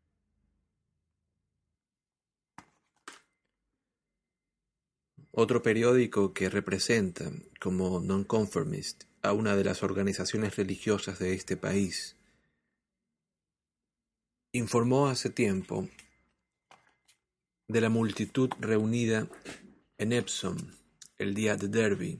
Otro periódico que representa como Nonconformist a una de las organizaciones religiosas de este país informó hace tiempo de la multitud reunida en Epsom el día de Derby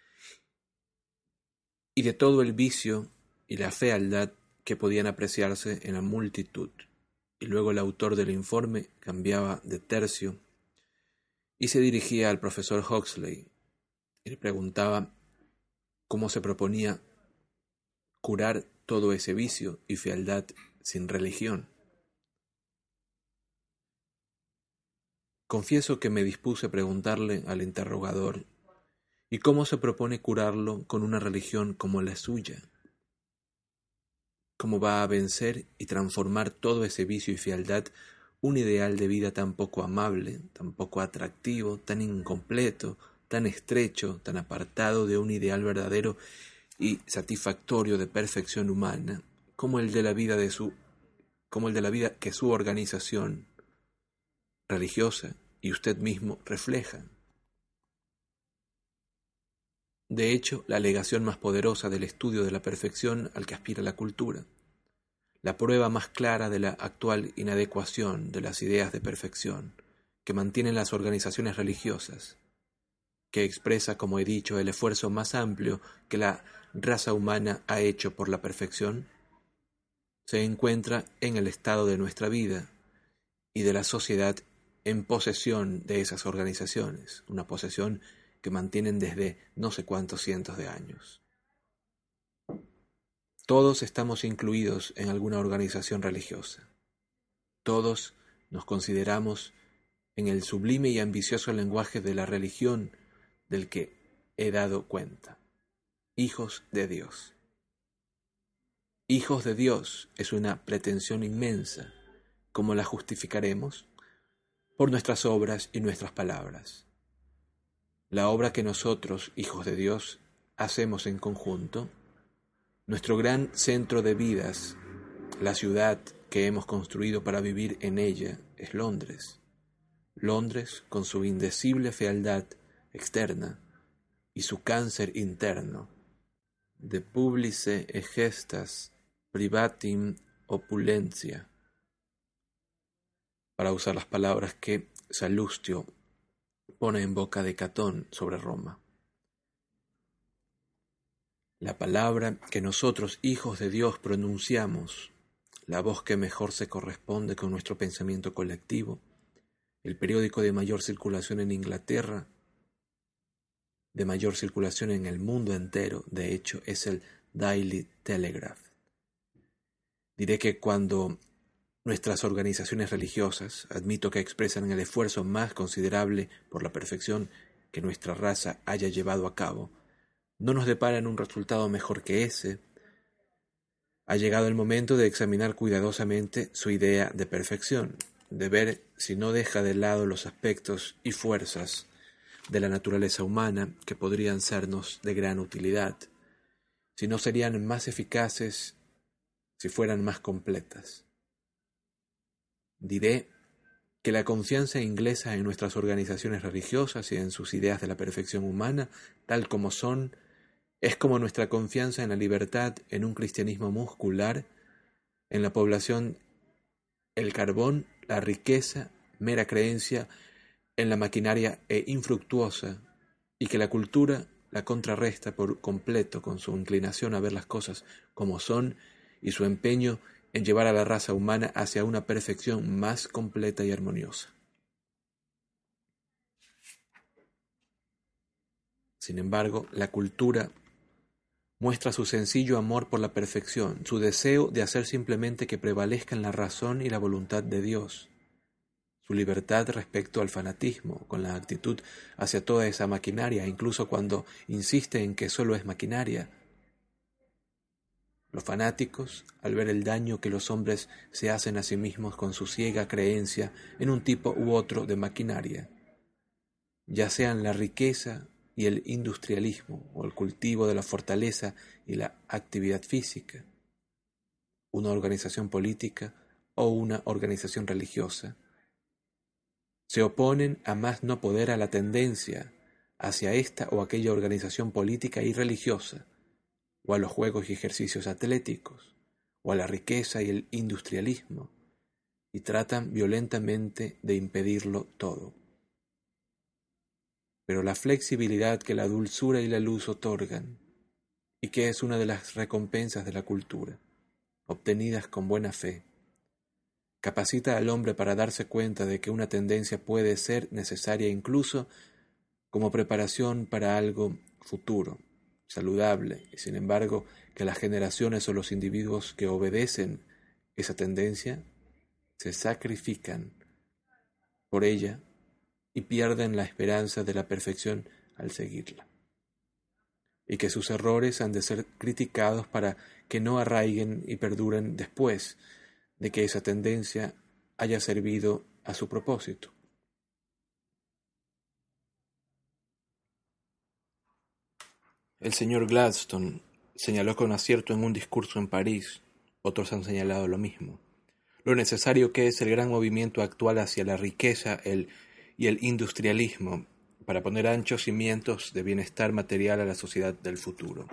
y de todo el vicio y la fealdad que podían apreciarse en la multitud. Y luego el autor del informe cambiaba de tercio y se dirigía al profesor Huxley y le preguntaba cómo se proponía curar todo ese vicio y fealdad sin religión. Confieso que me dispuse a preguntarle al interrogador ¿y cómo se propone curarlo con una religión como la suya? ¿Cómo va a vencer y transformar todo ese vicio y fealdad un ideal de vida tan poco amable, tan poco atractivo, tan incompleto, tan estrecho, tan apartado de un ideal verdadero y satisfactorio de perfección humana, como el de la vida de su, como el de la vida que su organización religiosa y usted mismo reflejan? De hecho, la alegación más poderosa del estudio de la perfección al que aspira la cultura, la prueba más clara de la actual inadecuación de las ideas de perfección que mantienen las organizaciones religiosas, que expresa, como he dicho, el esfuerzo más amplio que la raza humana ha hecho por la perfección, se encuentra en el estado de nuestra vida y de la sociedad en posesión de esas organizaciones, una posesión que mantienen desde no sé cuántos cientos de años. Todos estamos incluidos en alguna organización religiosa. Todos nos consideramos en el sublime y ambicioso lenguaje de la religión del que he dado cuenta. Hijos de Dios. Hijos de Dios es una pretensión inmensa. ¿Cómo la justificaremos? Por nuestras obras y nuestras palabras. La obra que nosotros, hijos de Dios, hacemos en conjunto, nuestro gran centro de vidas, la ciudad que hemos construido para vivir en ella, es Londres. Londres, con su indecible fealdad externa y su cáncer interno, de publice egestas privatim opulentia, para usar las palabras que Salustio pone en boca de Catón sobre Roma. La palabra que nosotros, hijos de Dios, pronunciamos, la voz que mejor se corresponde con nuestro pensamiento colectivo, el periódico de mayor circulación en Inglaterra, de mayor circulación en el mundo entero, de hecho, es el Daily Telegraph. Diré que cuando nuestras organizaciones religiosas, admito que expresan el esfuerzo más considerable por la perfección que nuestra raza haya llevado a cabo, no nos deparan un resultado mejor que ese, ha llegado el momento de examinar cuidadosamente su idea de perfección, de ver si no deja de lado los aspectos y fuerzas de la naturaleza humana que podrían sernos de gran utilidad, si no serían más eficaces si fueran más completas. Diré que la confianza inglesa en nuestras organizaciones religiosas y en sus ideas de la perfección humana, tal como son, es como nuestra confianza en la libertad, en un cristianismo muscular, en la población, el carbón, la riqueza, mera creencia, en la maquinaria e infructuosa, y que la cultura la contrarresta por completo con su inclinación a ver las cosas como son y su empeño en llevar a la raza humana hacia una perfección más completa y armoniosa. Sin embargo, la cultura muestra su sencillo amor por la perfección, su deseo de hacer simplemente que prevalezcan la razón y la voluntad de Dios, su libertad respecto al fanatismo, con la actitud hacia toda esa maquinaria, incluso cuando insiste en que solo es maquinaria. Los fanáticos, al ver el daño que los hombres se hacen a sí mismos con su ciega creencia en un tipo u otro de maquinaria, ya sean la riqueza y el industrialismo, o el cultivo de la fortaleza y la actividad física, una organización política o una organización religiosa, se oponen a más no poder a la tendencia hacia esta o aquella organización política y religiosa, o a los juegos y ejercicios atléticos, o a la riqueza y el industrialismo, y tratan violentamente de impedirlo todo. Pero la flexibilidad que la dulzura y la luz otorgan, y que es una de las recompensas de la cultura, obtenidas con buena fe, capacita al hombre para darse cuenta de que una tendencia puede ser necesaria incluso como preparación para algo futuro, saludable, y sin embargo que las generaciones o los individuos que obedecen esa tendencia se sacrifican por ella y pierden la esperanza de la perfección al seguirla, y que sus errores han de ser criticados para que no arraiguen y perduren después de que esa tendencia haya servido a su propósito. El señor Gladstone señaló con acierto en un discurso en París, otros han señalado lo mismo, lo necesario que es el gran movimiento actual hacia la riqueza el, y el industrialismo para poner anchos cimientos de bienestar material a la sociedad del futuro.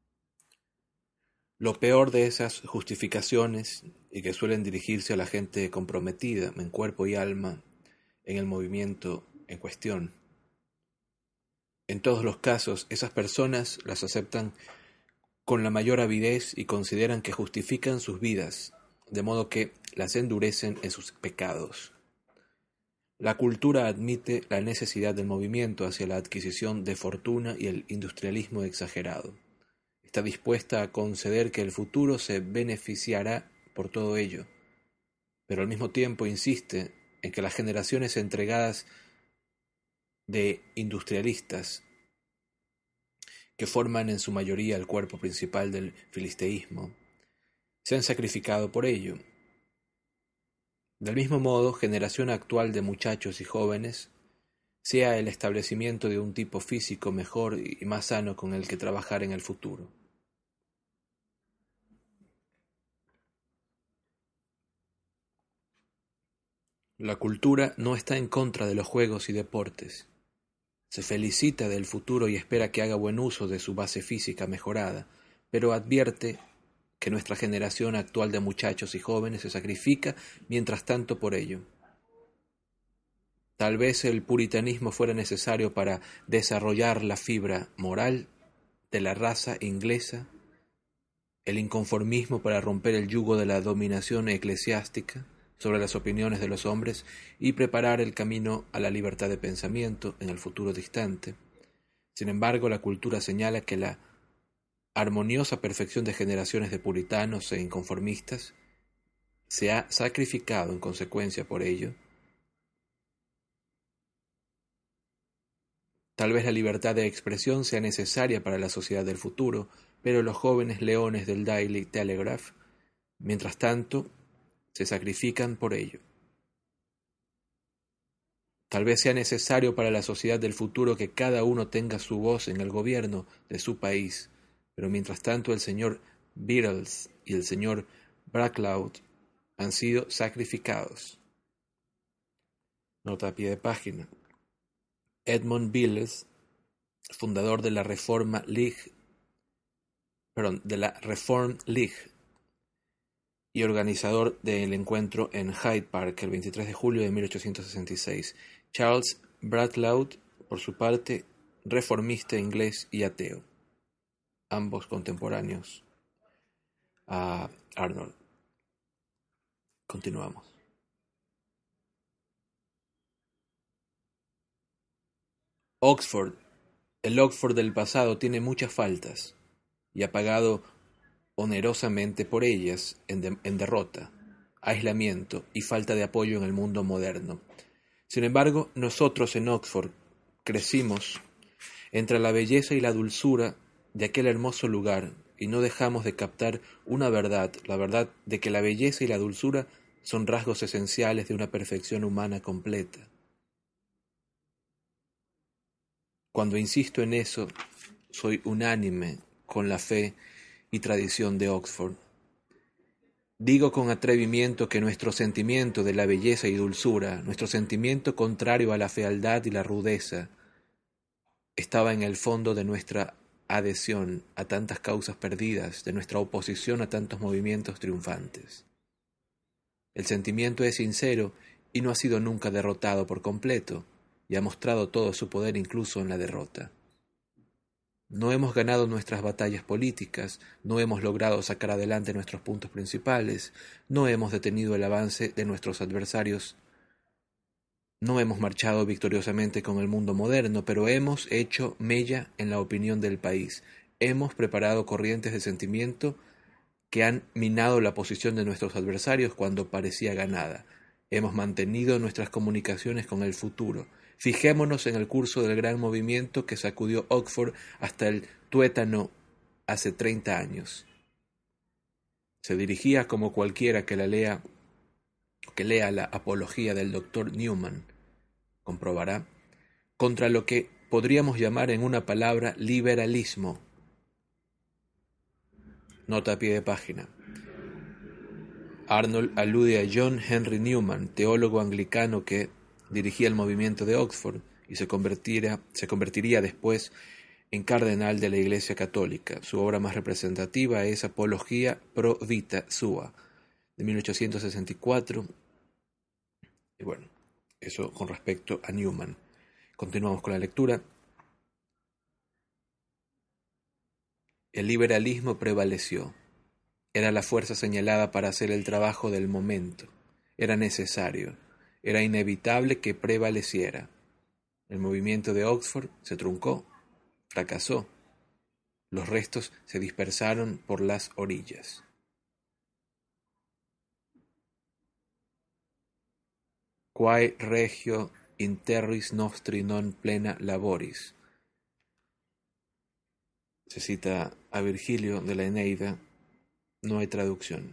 Lo peor de esas justificaciones, y que suelen dirigirse a la gente comprometida en cuerpo y alma en el movimiento en cuestión, en todos los casos, esas personas las aceptan con la mayor avidez y consideran que justifican sus vidas, de modo que las endurecen en sus pecados. La cultura admite la necesidad del movimiento hacia la adquisición de fortuna y el industrialismo exagerado. Está dispuesta a conceder que el futuro se beneficiará por todo ello, pero al mismo tiempo insiste en que las generaciones entregadas de industrialistas, que forman en su mayoría el cuerpo principal del filisteísmo, se han sacrificado por ello. Del mismo modo, generación actual de muchachos y jóvenes, sea el establecimiento de un tipo físico mejor y más sano con el que trabajar en el futuro. La cultura no está en contra de los juegos y deportes. Se felicita del futuro y espera que haga buen uso de su base física mejorada, pero advierte que nuestra generación actual de muchachos y jóvenes se sacrifica mientras tanto por ello. Tal vez el puritanismo fuera necesario para desarrollar la fibra moral de la raza inglesa, el inconformismo para romper el yugo de la dominación eclesiástica sobre las opiniones de los hombres y preparar el camino a la libertad de pensamiento en el futuro distante. Sin embargo, la cultura señala que la armoniosa perfección de generaciones de puritanos e inconformistas se ha sacrificado en consecuencia por ello. Tal vez la libertad de expresión sea necesaria para la sociedad del futuro, pero los jóvenes leones del Daily Telegraph, mientras tanto, se sacrifican por ello. Tal vez sea necesario para la sociedad del futuro que cada uno tenga su voz en el gobierno de su país, pero mientras tanto el señor Beatles y el señor Braclaud han sido sacrificados. Nota a pie de página. Edmund Beatles, fundador de la Reforma League, perdón, de la Reform League y organizador del encuentro en Hyde Park el veintitrés de julio de mil ochocientos sesenta y seis. Charles Braclaud, por su parte, reformista inglés y ateo, ambos contemporáneos a Arnold. Continuamos. Oxford. El Oxford del pasado tiene muchas faltas y ha pagado onerosamente por ellas en, de, en derrota, aislamiento y falta de apoyo en el mundo moderno. Sin embargo, nosotros en Oxford crecimos entre la belleza y la dulzura de aquel hermoso lugar y no dejamos de captar una verdad, la verdad de que la belleza y la dulzura son rasgos esenciales de una perfección humana completa. Cuando insisto en eso, soy unánime con la fe y tradición de Oxford. Digo con atrevimiento que nuestro sentimiento de la belleza y dulzura, nuestro sentimiento contrario a la fealdad y la rudeza, estaba en el fondo de nuestra adhesión a tantas causas perdidas, de nuestra oposición a tantos movimientos triunfantes. El sentimiento es sincero y no ha sido nunca derrotado por completo, y ha mostrado todo su poder incluso en la derrota. No hemos ganado nuestras batallas políticas, no hemos logrado sacar adelante nuestros puntos principales, no hemos detenido el avance de nuestros adversarios, no hemos marchado victoriosamente con el mundo moderno, pero hemos hecho mella en la opinión del país, hemos preparado corrientes de sentimiento que han minado la posición de nuestros adversarios cuando parecía ganada, hemos mantenido nuestras comunicaciones con el futuro. Fijémonos en el curso del gran movimiento que sacudió Oxford hasta el tuétano hace treinta años. Se dirigía como cualquiera que la lea, que lea la apología del doctor Newman, comprobará, contra lo que podríamos llamar en una palabra liberalismo. Nota a pie de página. Arnold alude a John Henry Newman, teólogo anglicano que dirigía el movimiento de Oxford y se convertiría, se convertiría después en cardenal de la Iglesia Católica. Su obra más representativa es Apología pro vita sua, de mil ochocientos sesenta y cuatro. Y bueno, eso con respecto a Newman. Continuamos con la lectura. El liberalismo prevaleció. Era la fuerza señalada para hacer el trabajo del momento. Era necesario. Era inevitable que prevaleciera. El movimiento de Oxford se truncó, fracasó. Los restos se dispersaron por las orillas. quae regio in terris nostri non plena laboris. Se cita a Virgilio de la Eneida, no hay traducción.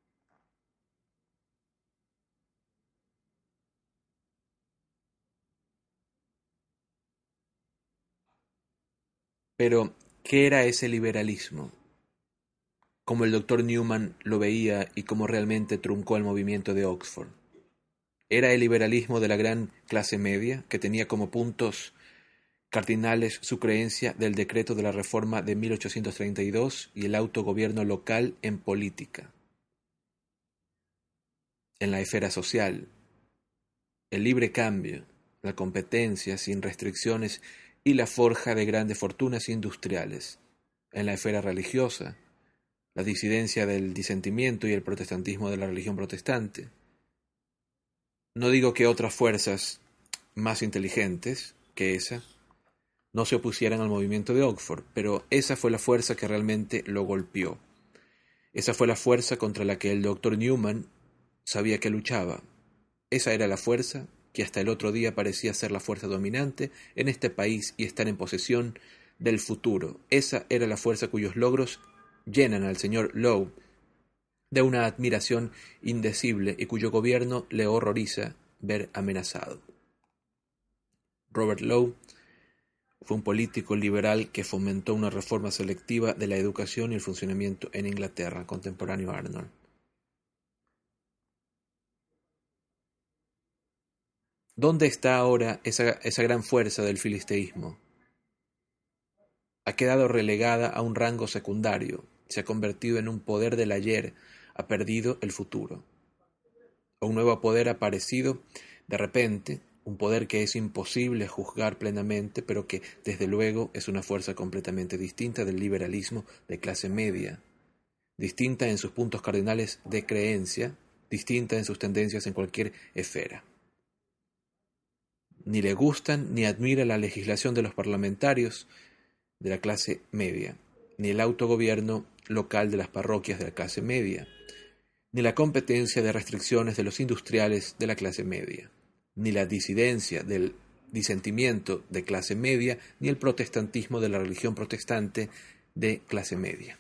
Pero, ¿qué era ese liberalismo? Como el doctor Newman lo veía y cómo realmente truncó el movimiento de Oxford. Era el liberalismo de la gran clase media, que tenía como puntos cardinales su creencia del decreto de la Reforma de mil ochocientos treinta y dos y el autogobierno local en política, en la esfera social, el libre cambio, la competencia sin restricciones y la forja de grandes fortunas industriales, en la esfera religiosa, la disidencia del disentimiento y el protestantismo de la religión protestante. No digo que otras fuerzas más inteligentes que esa no se opusieran al movimiento de Oxford, pero esa fue la fuerza que realmente lo golpeó. Esa fue la fuerza contra la que el doctor Newman sabía que luchaba. Esa era la fuerza que hasta el otro día parecía ser la fuerza dominante en este país y estar en posesión del futuro. Esa era la fuerza cuyos logros llenan al señor Lowe de una admiración indecible y cuyo gobierno le horroriza ver amenazado. Robert Lowe fue un político liberal que fomentó una reforma selectiva de la educación y el funcionamiento en Inglaterra, contemporáneo a Arnold. ¿Dónde está ahora esa, esa gran fuerza del filisteísmo? Ha quedado relegada a un rango secundario, se ha convertido en un poder del ayer, ha perdido el futuro. Un nuevo poder ha aparecido de repente, un poder que es imposible juzgar plenamente, pero que desde luego es una fuerza completamente distinta del liberalismo de clase media, distinta en sus puntos cardinales de creencia, distinta en sus tendencias en cualquier esfera. Ni le gustan ni admira la legislación de los parlamentarios de la clase media, ni el autogobierno local de las parroquias de la clase media, ni la competencia de restricciones de los industriales de la clase media, ni la disidencia del disentimiento de clase media, ni el protestantismo de la religión protestante de clase media.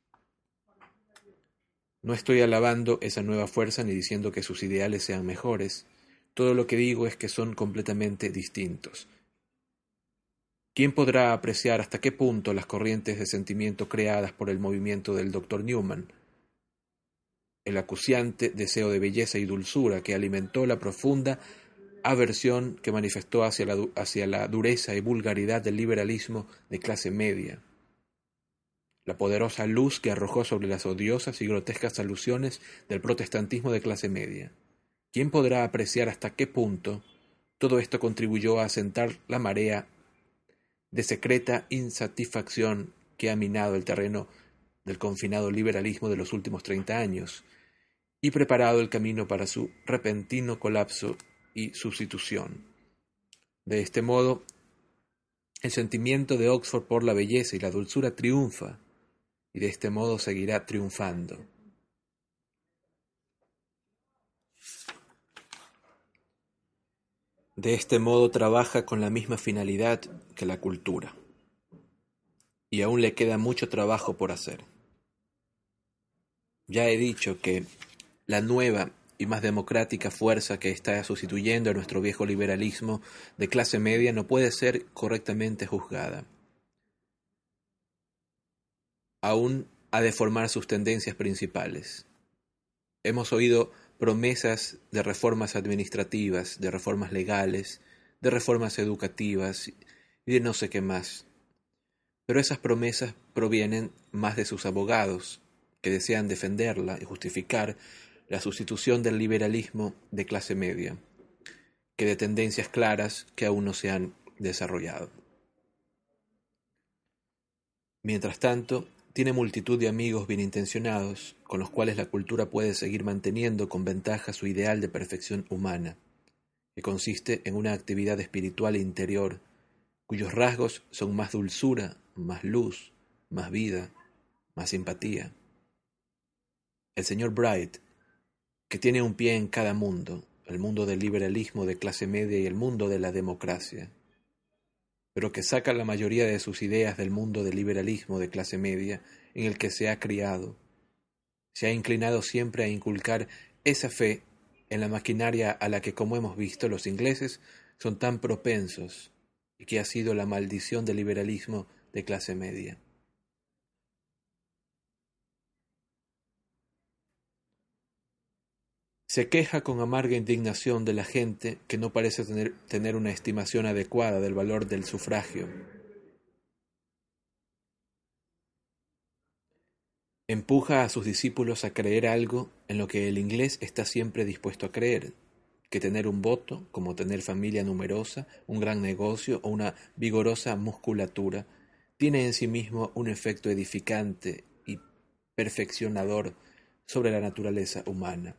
No estoy alabando esa nueva fuerza ni diciendo que sus ideales sean mejores. Todo lo que digo es que son completamente distintos. ¿Quién podrá apreciar hasta qué punto las corrientes de sentimiento creadas por el movimiento del doctor Newman, el acuciante deseo de belleza y dulzura que alimentó la profunda aversión que manifestó hacia la, hacia la dureza y vulgaridad del liberalismo de clase media, la poderosa luz que arrojó sobre las odiosas y grotescas alusiones del protestantismo de clase media? ¿Quién podrá apreciar hasta qué punto todo esto contribuyó a asentar la marea de secreta insatisfacción que ha minado el terreno del confinado liberalismo de los últimos treinta años y preparado el camino para su repentino colapso y sustitución? De este modo, el sentimiento de Oxford por la belleza y la dulzura triunfa, y de este modo seguirá triunfando. De este modo trabaja con la misma finalidad que la cultura, y aún le queda mucho trabajo por hacer. Ya he dicho que la nueva y más democrática fuerza que está sustituyendo a nuestro viejo liberalismo de clase media no puede ser correctamente juzgada. Aún ha de formar sus tendencias principales. Hemos oído promesas de reformas administrativas, de reformas legales, de reformas educativas y de no sé qué más. Pero esas promesas provienen más de sus abogados, que desean defenderla y justificar la sustitución del liberalismo de clase media, que de tendencias claras que aún no se han desarrollado. Mientras tanto, tiene multitud de amigos bien intencionados, con los cuales la cultura puede seguir manteniendo con ventaja su ideal de perfección humana, que consiste en una actividad espiritual e interior, cuyos rasgos son más dulzura, más luz, más vida, más simpatía. El señor Bright, que tiene un pie en cada mundo, el mundo del liberalismo de clase media y el mundo de la democracia, pero que saca la mayoría de sus ideas del mundo del liberalismo de clase media en el que se ha criado. Se ha inclinado siempre a inculcar esa fe en la maquinaria a la que, como hemos visto, los ingleses son tan propensos y que ha sido la maldición del liberalismo de clase media. Se queja con amarga indignación de la gente que no parece tener, tener una estimación adecuada del valor del sufragio. Empuja a sus discípulos a creer algo en lo que el inglés está siempre dispuesto a creer, que tener un voto, como tener familia numerosa, un gran negocio o una vigorosa musculatura, tiene en sí mismo un efecto edificante y perfeccionador sobre la naturaleza humana.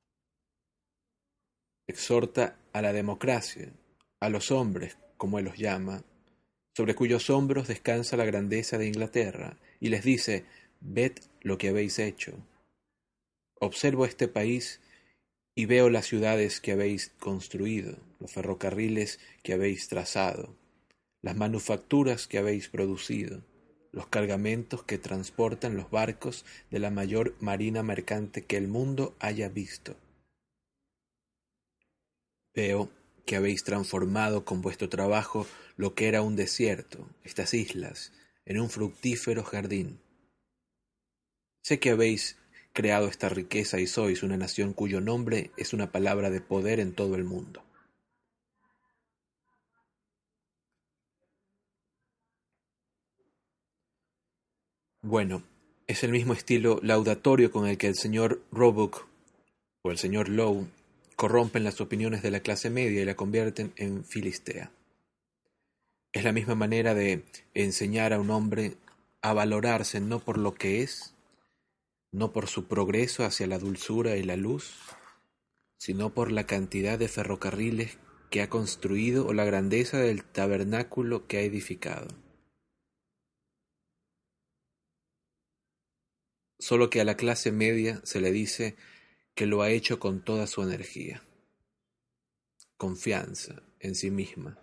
Exhorta a la democracia, a los hombres, como él los llama, sobre cuyos hombros descansa la grandeza de Inglaterra, y les dice: ved lo que habéis hecho. Observo este país y veo las ciudades que habéis construido, los ferrocarriles que habéis trazado, las manufacturas que habéis producido, los cargamentos que transportan los barcos de la mayor marina mercante que el mundo haya visto. Veo que habéis transformado con vuestro trabajo lo que era un desierto, estas islas, en un fructífero jardín. Sé que habéis creado esta riqueza y sois una nación cuyo nombre es una palabra de poder en todo el mundo. Bueno, es el mismo estilo laudatorio con el que el señor Roebuck o el señor Lowe corrompen las opiniones de la clase media y la convierten en filistea. Es la misma manera de enseñar a un hombre a valorarse no por lo que es, no por su progreso hacia la dulzura y la luz, sino por la cantidad de ferrocarriles que ha construido o la grandeza del tabernáculo que ha edificado. Solo que a la clase media se le dice que lo ha hecho con toda su energía, confianza en sí misma,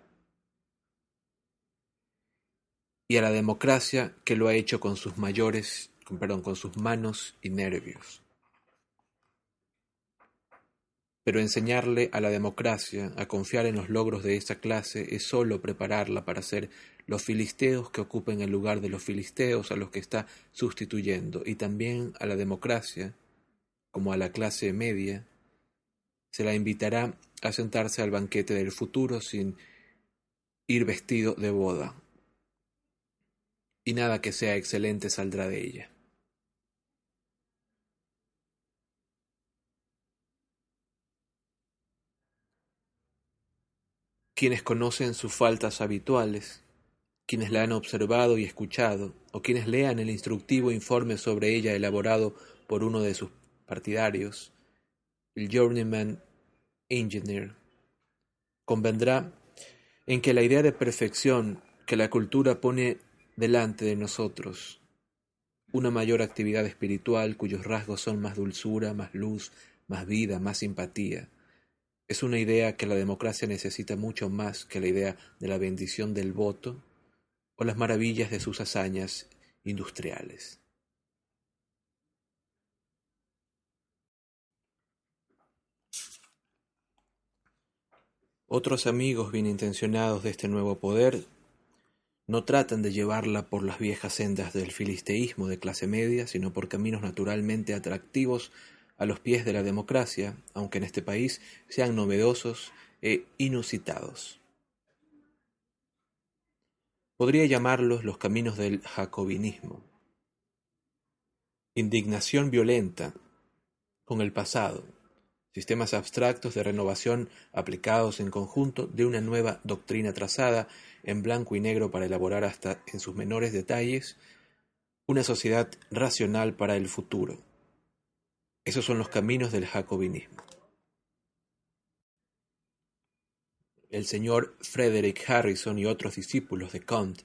y a la democracia que lo ha hecho con sus mayores, perdón, con sus manos y nervios. Pero enseñarle a la democracia a confiar en los logros de esa clase es sólo prepararla para ser los filisteos que ocupen el lugar de los filisteos a los que está sustituyendo, y también a la democracia, como a la clase media, se la invitará a sentarse al banquete del futuro sin ir vestido de boda, y nada que sea excelente saldrá de ella. Quienes conocen sus faltas habituales, quienes la han observado y escuchado, o quienes lean el instructivo informe sobre ella elaborado por uno de sus partidarios, el Journeyman Engineer, convendrá en que la idea de perfección que la cultura pone delante de nosotros, una mayor actividad espiritual cuyos rasgos son más dulzura, más luz, más vida, más simpatía, es una idea que la democracia necesita mucho más que la idea de la bendición del voto o las maravillas de sus hazañas industriales. Otros amigos bien intencionados de este nuevo poder no tratan de llevarla por las viejas sendas del filisteísmo de clase media, sino por caminos naturalmente atractivos a los pies de la democracia, aunque en este país sean novedosos e inusitados. Podría llamarlos los caminos del jacobinismo. Indignación violenta con el pasado, sistemas abstractos de renovación aplicados en conjunto de una nueva doctrina trazada en blanco y negro para elaborar hasta en sus menores detalles una sociedad racional para el futuro. Esos son los caminos del jacobinismo. El señor Frederick Harrison y otros discípulos de Kant,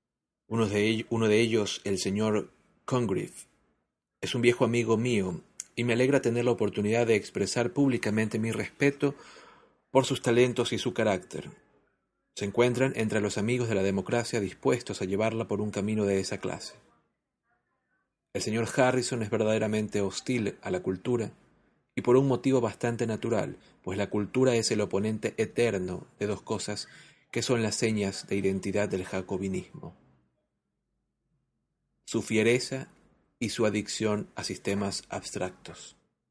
uno de ellos, uno de ellos el señor Congreve, es un viejo amigo mío y me alegra tener la oportunidad de expresar públicamente mi respeto por sus talentos y su carácter. Se encuentran entre los amigos de la democracia dispuestos a llevarla por un camino de esa clase. El señor Harrison es verdaderamente hostil a la cultura, y por un motivo bastante natural, pues la cultura es el oponente eterno de dos cosas que son las señas de identidad del jacobinismo: su fiereza y su adicción a sistemas abstractos.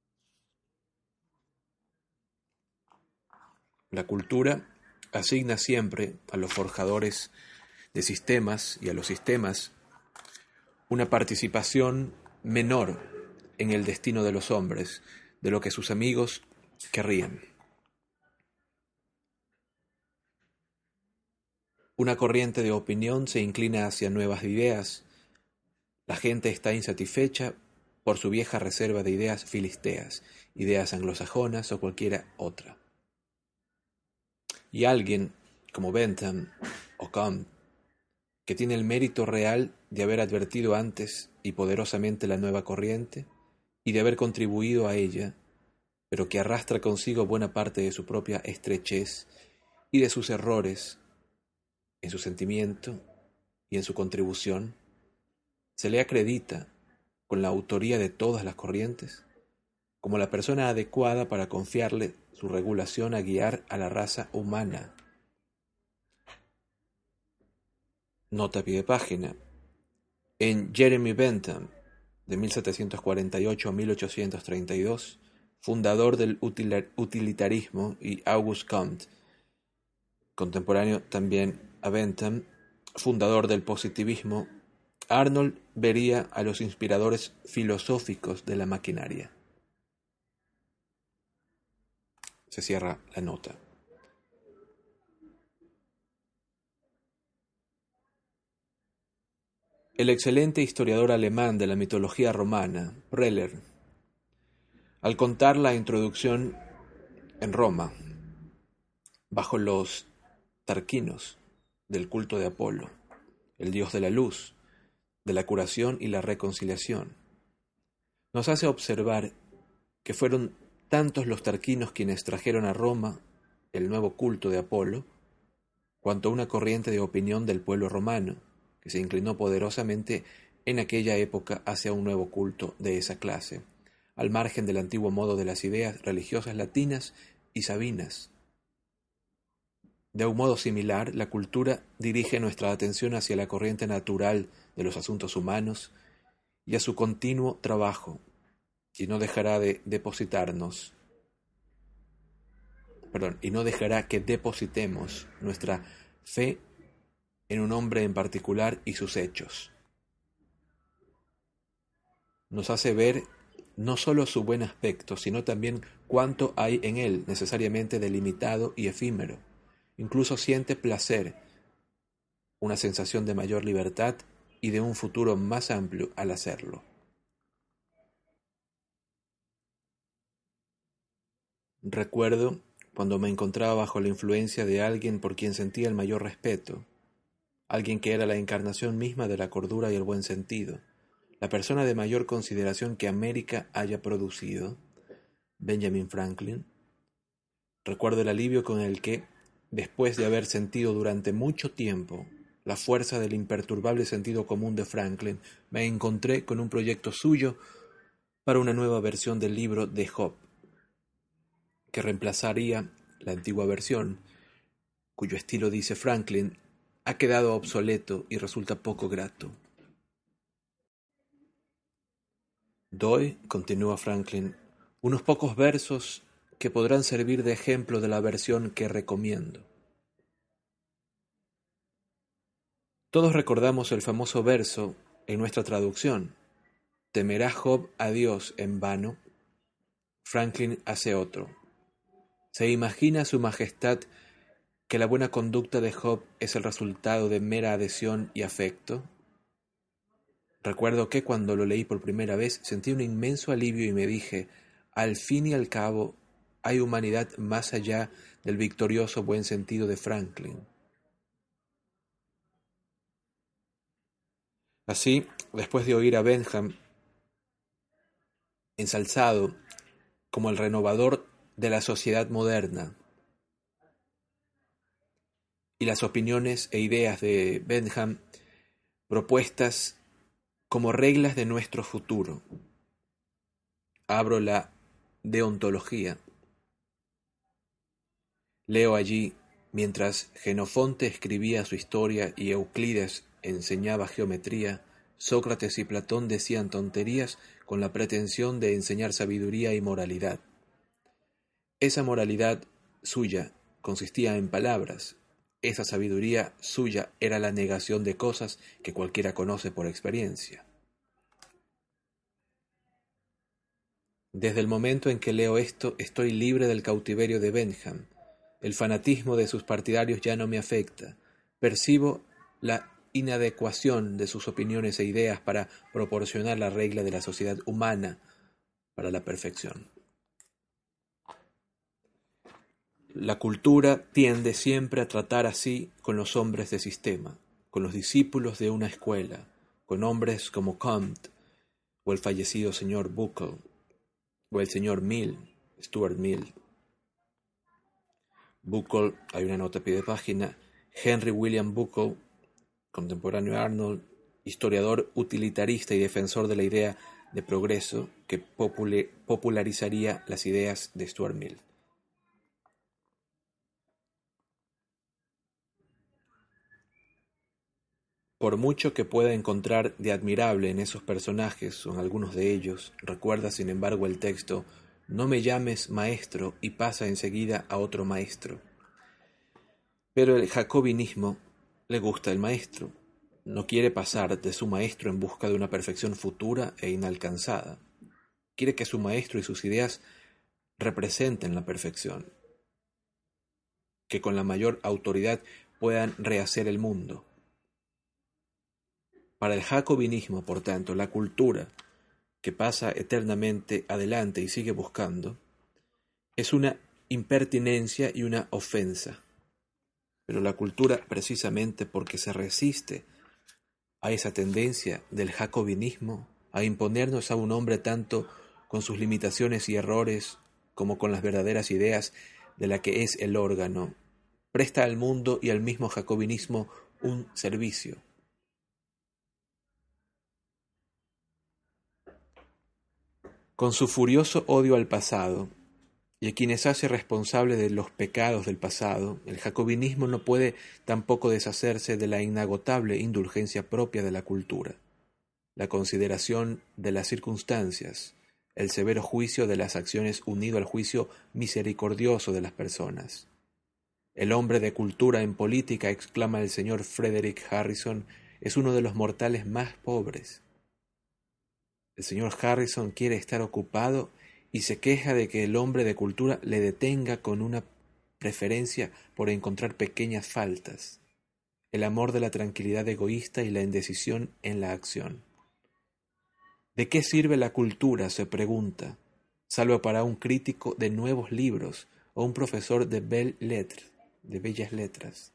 La cultura asigna siempre a los forjadores de sistemas y a los sistemas una participación menor en el destino de los hombres de lo que sus amigos querrían. Una corriente de opinión se inclina hacia nuevas ideas. La gente está insatisfecha por su vieja reserva de ideas filisteas, ideas anglosajonas o cualquiera otra. Y alguien como Bentham o Comte, que tiene el mérito real de haber advertido antes y poderosamente la nueva corriente y de haber contribuido a ella, pero que arrastra consigo buena parte de su propia estrechez y de sus errores en su sentimiento y en su contribución, se le acredita con la autoría de todas las corrientes como la persona adecuada para confiarle su regulación a guiar a la raza humana. Nota a pie de página. En Jeremy Bentham, de mil setecientos cuarenta y ocho a mil ochocientos treinta y dos, fundador del utilitarismo, y Auguste Comte, contemporáneo también a Bentham, fundador del positivismo, Arnold vería a los inspiradores filosóficos de la maquinaria. Se cierra la nota. El excelente historiador alemán de la mitología romana, Preller, al contar la introducción en Roma, bajo los tarquinos del culto de Apolo, el dios de la luz, de la curación y la reconciliación, nos hace observar que fueron tantos los tarquinos quienes trajeron a Roma el nuevo culto de Apolo, cuanto una corriente de opinión del pueblo romano, que se inclinó poderosamente en aquella época hacia un nuevo culto de esa clase, al margen del antiguo modo de las ideas religiosas latinas y sabinas. De un modo similar, la cultura dirige nuestra atención hacia la corriente natural de los asuntos humanos y a su continuo trabajo, y no dejará de depositarnos, perdón, y no dejará que depositemos nuestra fe en un hombre en particular y sus hechos. Nos hace ver no solo su buen aspecto, sino también cuánto hay en él necesariamente delimitado y efímero. Incluso siente placer, una sensación de mayor libertad y de un futuro más amplio al hacerlo. Recuerdo cuando me encontraba bajo la influencia de alguien por quien sentía el mayor respeto, alguien que era la encarnación misma de la cordura y el buen sentido, la persona de mayor consideración que América haya producido, Benjamin Franklin. Recuerdo el alivio con el que, después de haber sentido durante mucho tiempo la fuerza del imperturbable sentido común de Franklin, me encontré con un proyecto suyo para una nueva versión del libro de Job, que reemplazaría la antigua versión, cuyo estilo, dice Franklin, ha quedado obsoleto y resulta poco grato. Doy, continúa Franklin, unos pocos versos que podrán servir de ejemplo de la versión que recomiendo. Todos recordamos el famoso verso en nuestra traducción: ¿temerá Job a Dios en vano? Franklin hace otro. ¿Se imagina su majestad que la buena conducta de Job es el resultado de mera adhesión y afecto? Recuerdo que cuando lo leí por primera vez sentí un inmenso alivio y me dije, al fin y al cabo, hay humanidad más allá del victorioso buen sentido de Franklin. Así, después de oír a Bentham, ensalzado como el renovador de la sociedad moderna, y las opiniones e ideas de Bentham propuestas como reglas de nuestro futuro. Abro la deontología. Leo allí, mientras Jenofonte escribía su historia y Euclides enseñaba geometría, Sócrates y Platón decían tonterías con la pretensión de enseñar sabiduría y moralidad. Esa moralidad suya consistía en palabras. Esa sabiduría suya era la negación de cosas que cualquiera conoce por experiencia. Desde el momento en que leo esto, estoy libre del cautiverio de Bentham. El fanatismo de sus partidarios ya no me afecta. Percibo la inadecuación de sus opiniones e ideas para proporcionar la regla de la sociedad humana para la perfección. La cultura tiende siempre a tratar así con los hombres de sistema, con los discípulos de una escuela, con hombres como Comte, o el fallecido señor Buckle, o el señor Mill, Stuart Mill. Buckle, hay una nota a pie de página, Henry William Buckle, contemporáneo de Arnold, historiador utilitarista y defensor de la idea de progreso que popularizaría las ideas de Stuart Mill. Por mucho que pueda encontrar de admirable en esos personajes o en algunos de ellos, recuerda sin embargo el texto: no me llames maestro, y pasa enseguida a otro maestro. Pero el jacobinismo le gusta el maestro, no quiere pasar de su maestro en busca de una perfección futura e inalcanzada. Quiere que su maestro y sus ideas representen la perfección, que con la mayor autoridad puedan rehacer el mundo. Para el jacobinismo, por tanto, la cultura, que pasa eternamente adelante y sigue buscando, es una impertinencia y una ofensa. Pero la cultura, precisamente porque se resiste a esa tendencia del jacobinismo, a imponernos a un hombre tanto con sus limitaciones y errores como con las verdaderas ideas de la que es el órgano, presta al mundo y al mismo jacobinismo un servicio. Con su furioso odio al pasado, y a quienes hace responsable de los pecados del pasado, el jacobinismo no puede tampoco deshacerse de la inagotable indulgencia propia de la cultura, la consideración de las circunstancias, el severo juicio de las acciones unido al juicio misericordioso de las personas. El hombre de cultura en política, exclama el señor Frederick Harrison, es uno de los mortales más pobres. El señor Harrison quiere estar ocupado y se queja de que el hombre de cultura le detenga con una preferencia por encontrar pequeñas faltas, el amor de la tranquilidad egoísta y la indecisión en la acción. ¿De qué sirve la cultura?, se pregunta, salvo para un crítico de nuevos libros o un profesor de belles lettres, de bellas letras.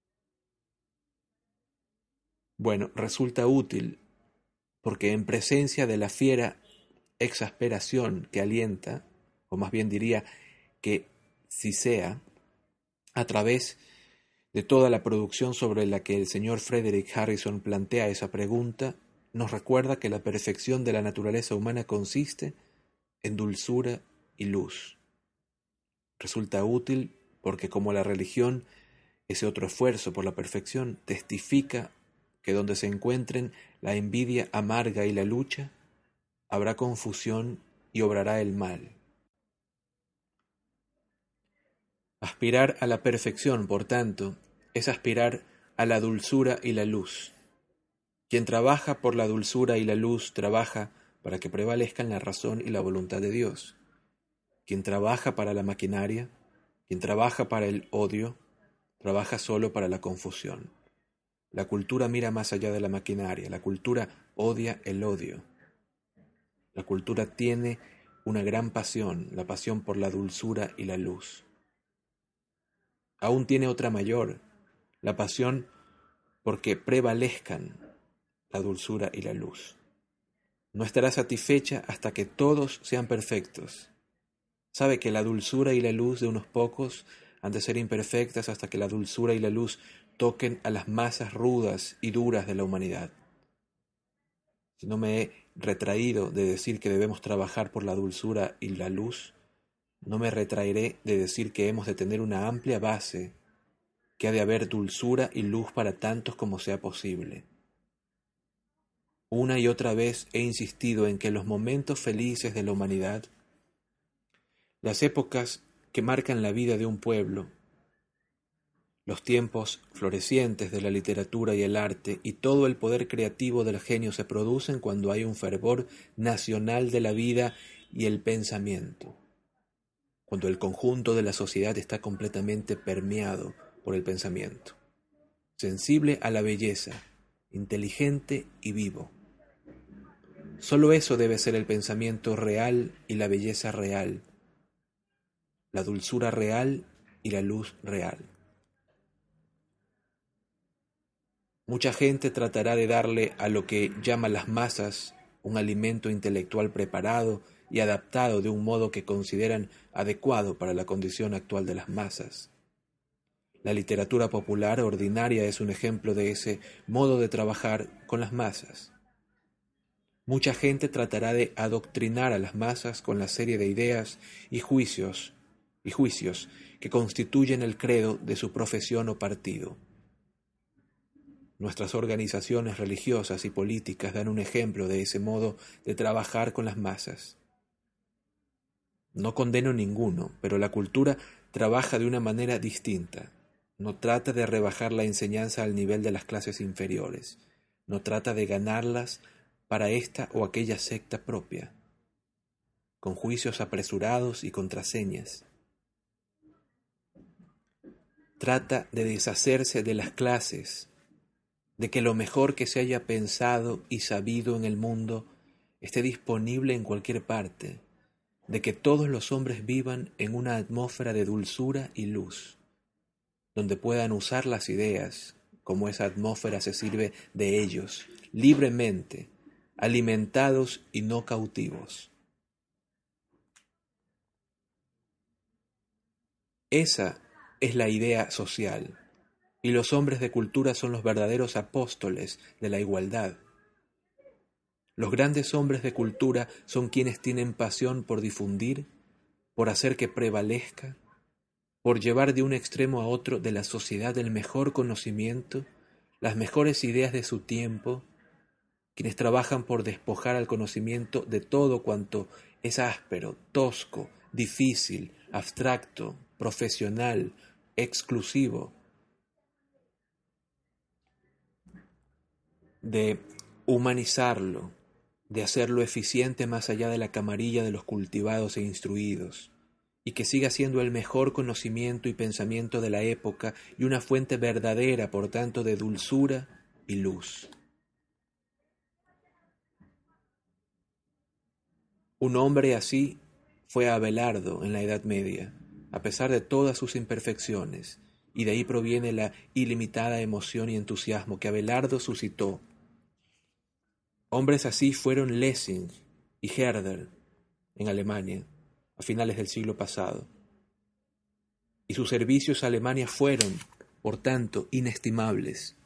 Bueno, resulta útil porque en presencia de la fiera exasperación que alienta, o más bien diría que sisea, a través de toda la producción sobre la que el señor Frederick Harrison plantea esa pregunta, nos recuerda que la perfección de la naturaleza humana consiste en dulzura y luz. Resulta útil porque, como la religión, ese otro esfuerzo por la perfección testifica que donde se encuentren la envidia amarga y la lucha, habrá confusión y obrará el mal. Aspirar a la perfección, por tanto, es aspirar a la dulzura y la luz. Quien trabaja por la dulzura y la luz trabaja para que prevalezcan la razón y la voluntad de Dios. Quien trabaja para la maquinaria, quien trabaja para el odio, trabaja solo para la confusión. La cultura mira más allá de la maquinaria, la cultura odia el odio. La cultura tiene una gran pasión, la pasión por la dulzura y la luz. Aún tiene otra mayor, la pasión porque prevalezcan la dulzura y la luz. No estará satisfecha hasta que todos sean perfectos. Sabe que la dulzura y la luz de unos pocos han de ser imperfectas hasta que la dulzura y la luz toquen a las masas rudas y duras de la humanidad. Si no me he retraído de decir que debemos trabajar por la dulzura y la luz, no me retraeré de decir que hemos de tener una amplia base, que ha de haber dulzura y luz para tantos como sea posible. Una y otra vez he insistido en que los momentos felices de la humanidad, las épocas que marcan la vida de un pueblo, los tiempos florecientes de la literatura y el arte y todo el poder creativo del genio se producen cuando hay un fervor nacional de la vida y el pensamiento, cuando el conjunto de la sociedad está completamente permeado por el pensamiento, sensible a la belleza, inteligente y vivo. Solo eso debe ser el pensamiento real y la belleza real, la dulzura real y la luz real. Mucha gente tratará de darle a lo que llama las masas un alimento intelectual preparado y adaptado de un modo que consideran adecuado para la condición actual de las masas. La literatura popular ordinaria es un ejemplo de ese modo de trabajar con las masas. Mucha gente tratará de adoctrinar a las masas con la serie de ideas y juicios y juicios que constituyen el credo de su profesión o partido. Nuestras organizaciones religiosas y políticas dan un ejemplo de ese modo de trabajar con las masas. No condeno ninguno, pero la cultura trabaja de una manera distinta. No trata de rebajar la enseñanza al nivel de las clases inferiores. No trata de ganarlas para esta o aquella secta propia, con juicios apresurados y contraseñas. Trata de deshacerse de las clases, de que lo mejor que se haya pensado y sabido en el mundo esté disponible en cualquier parte, de que todos los hombres vivan en una atmósfera de dulzura y luz, donde puedan usar las ideas, como esa atmósfera se sirve de ellos, libremente, alimentados y no cautivos. Esa es la idea social. Y los hombres de cultura son los verdaderos apóstoles de la igualdad. Los grandes hombres de cultura son quienes tienen pasión por difundir, por hacer que prevalezca, por llevar de un extremo a otro de la sociedad el mejor conocimiento, las mejores ideas de su tiempo, quienes trabajan por despojar al conocimiento de todo cuanto es áspero, tosco, difícil, abstracto, profesional, exclusivo, de humanizarlo, de hacerlo eficiente más allá de la camarilla de los cultivados e instruidos, y que siga siendo el mejor conocimiento y pensamiento de la época y una fuente verdadera, por tanto, de dulzura y luz. Un hombre así fue Abelardo en la Edad Media, a pesar de todas sus imperfecciones, y de ahí proviene la ilimitada emoción y entusiasmo que Abelardo suscitó. Hombres así fueron Lessing y Herder en Alemania a finales del siglo pasado, y sus servicios a Alemania fueron, por tanto, inestimables.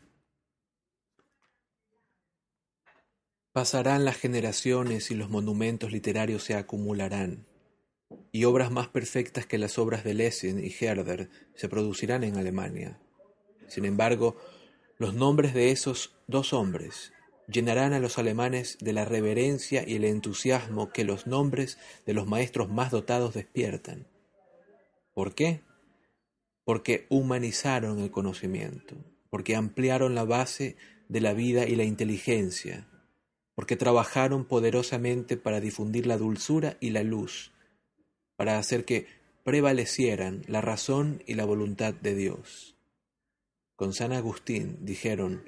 Pasarán las generaciones y los monumentos literarios se acumularán, y obras más perfectas que las obras de Lessing y Herder se producirán en Alemania. Sin embargo, los nombres de esos dos hombres llenarán a los alemanes de la reverencia y el entusiasmo que los nombres de los maestros más dotados despiertan. ¿Por qué? Porque humanizaron el conocimiento, porque ampliaron la base de la vida y la inteligencia, porque trabajaron poderosamente para difundir la dulzura y la luz, para hacer que prevalecieran la razón y la voluntad de Dios. Con San Agustín dijeron: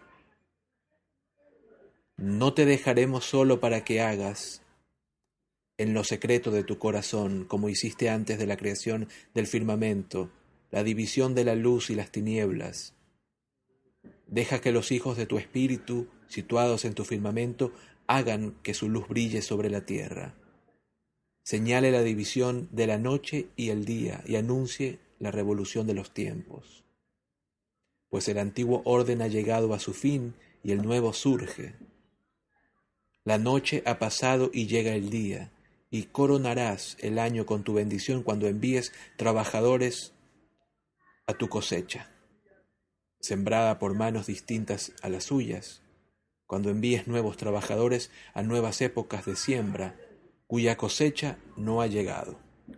no te dejaremos solo para que hagas en lo secreto de tu corazón, como hiciste antes de la creación del firmamento, la división de la luz y las tinieblas. Deja que los hijos de tu espíritu, situados en tu firmamento, hagan que su luz brille sobre la tierra. Señale la división de la noche y el día y anuncie la revolución de los tiempos. Pues el antiguo orden ha llegado a su fin y el nuevo surge. La noche ha pasado y llega el día, y coronarás el año con tu bendición cuando envíes trabajadores a tu cosecha, sembrada por manos distintas a las suyas, cuando envíes nuevos trabajadores a nuevas épocas de siembra, cuya cosecha no ha llegado.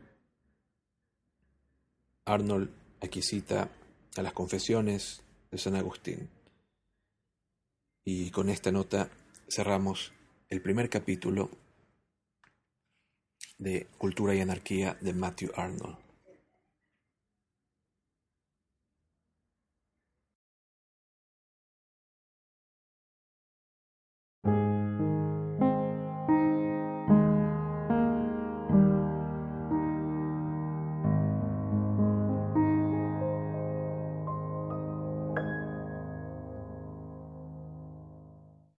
Arnold aquí cita a las Confesiones de San Agustín. Y con esta nota cerramos el primer capítulo de Cultura y Anarquía de Matthew Arnold.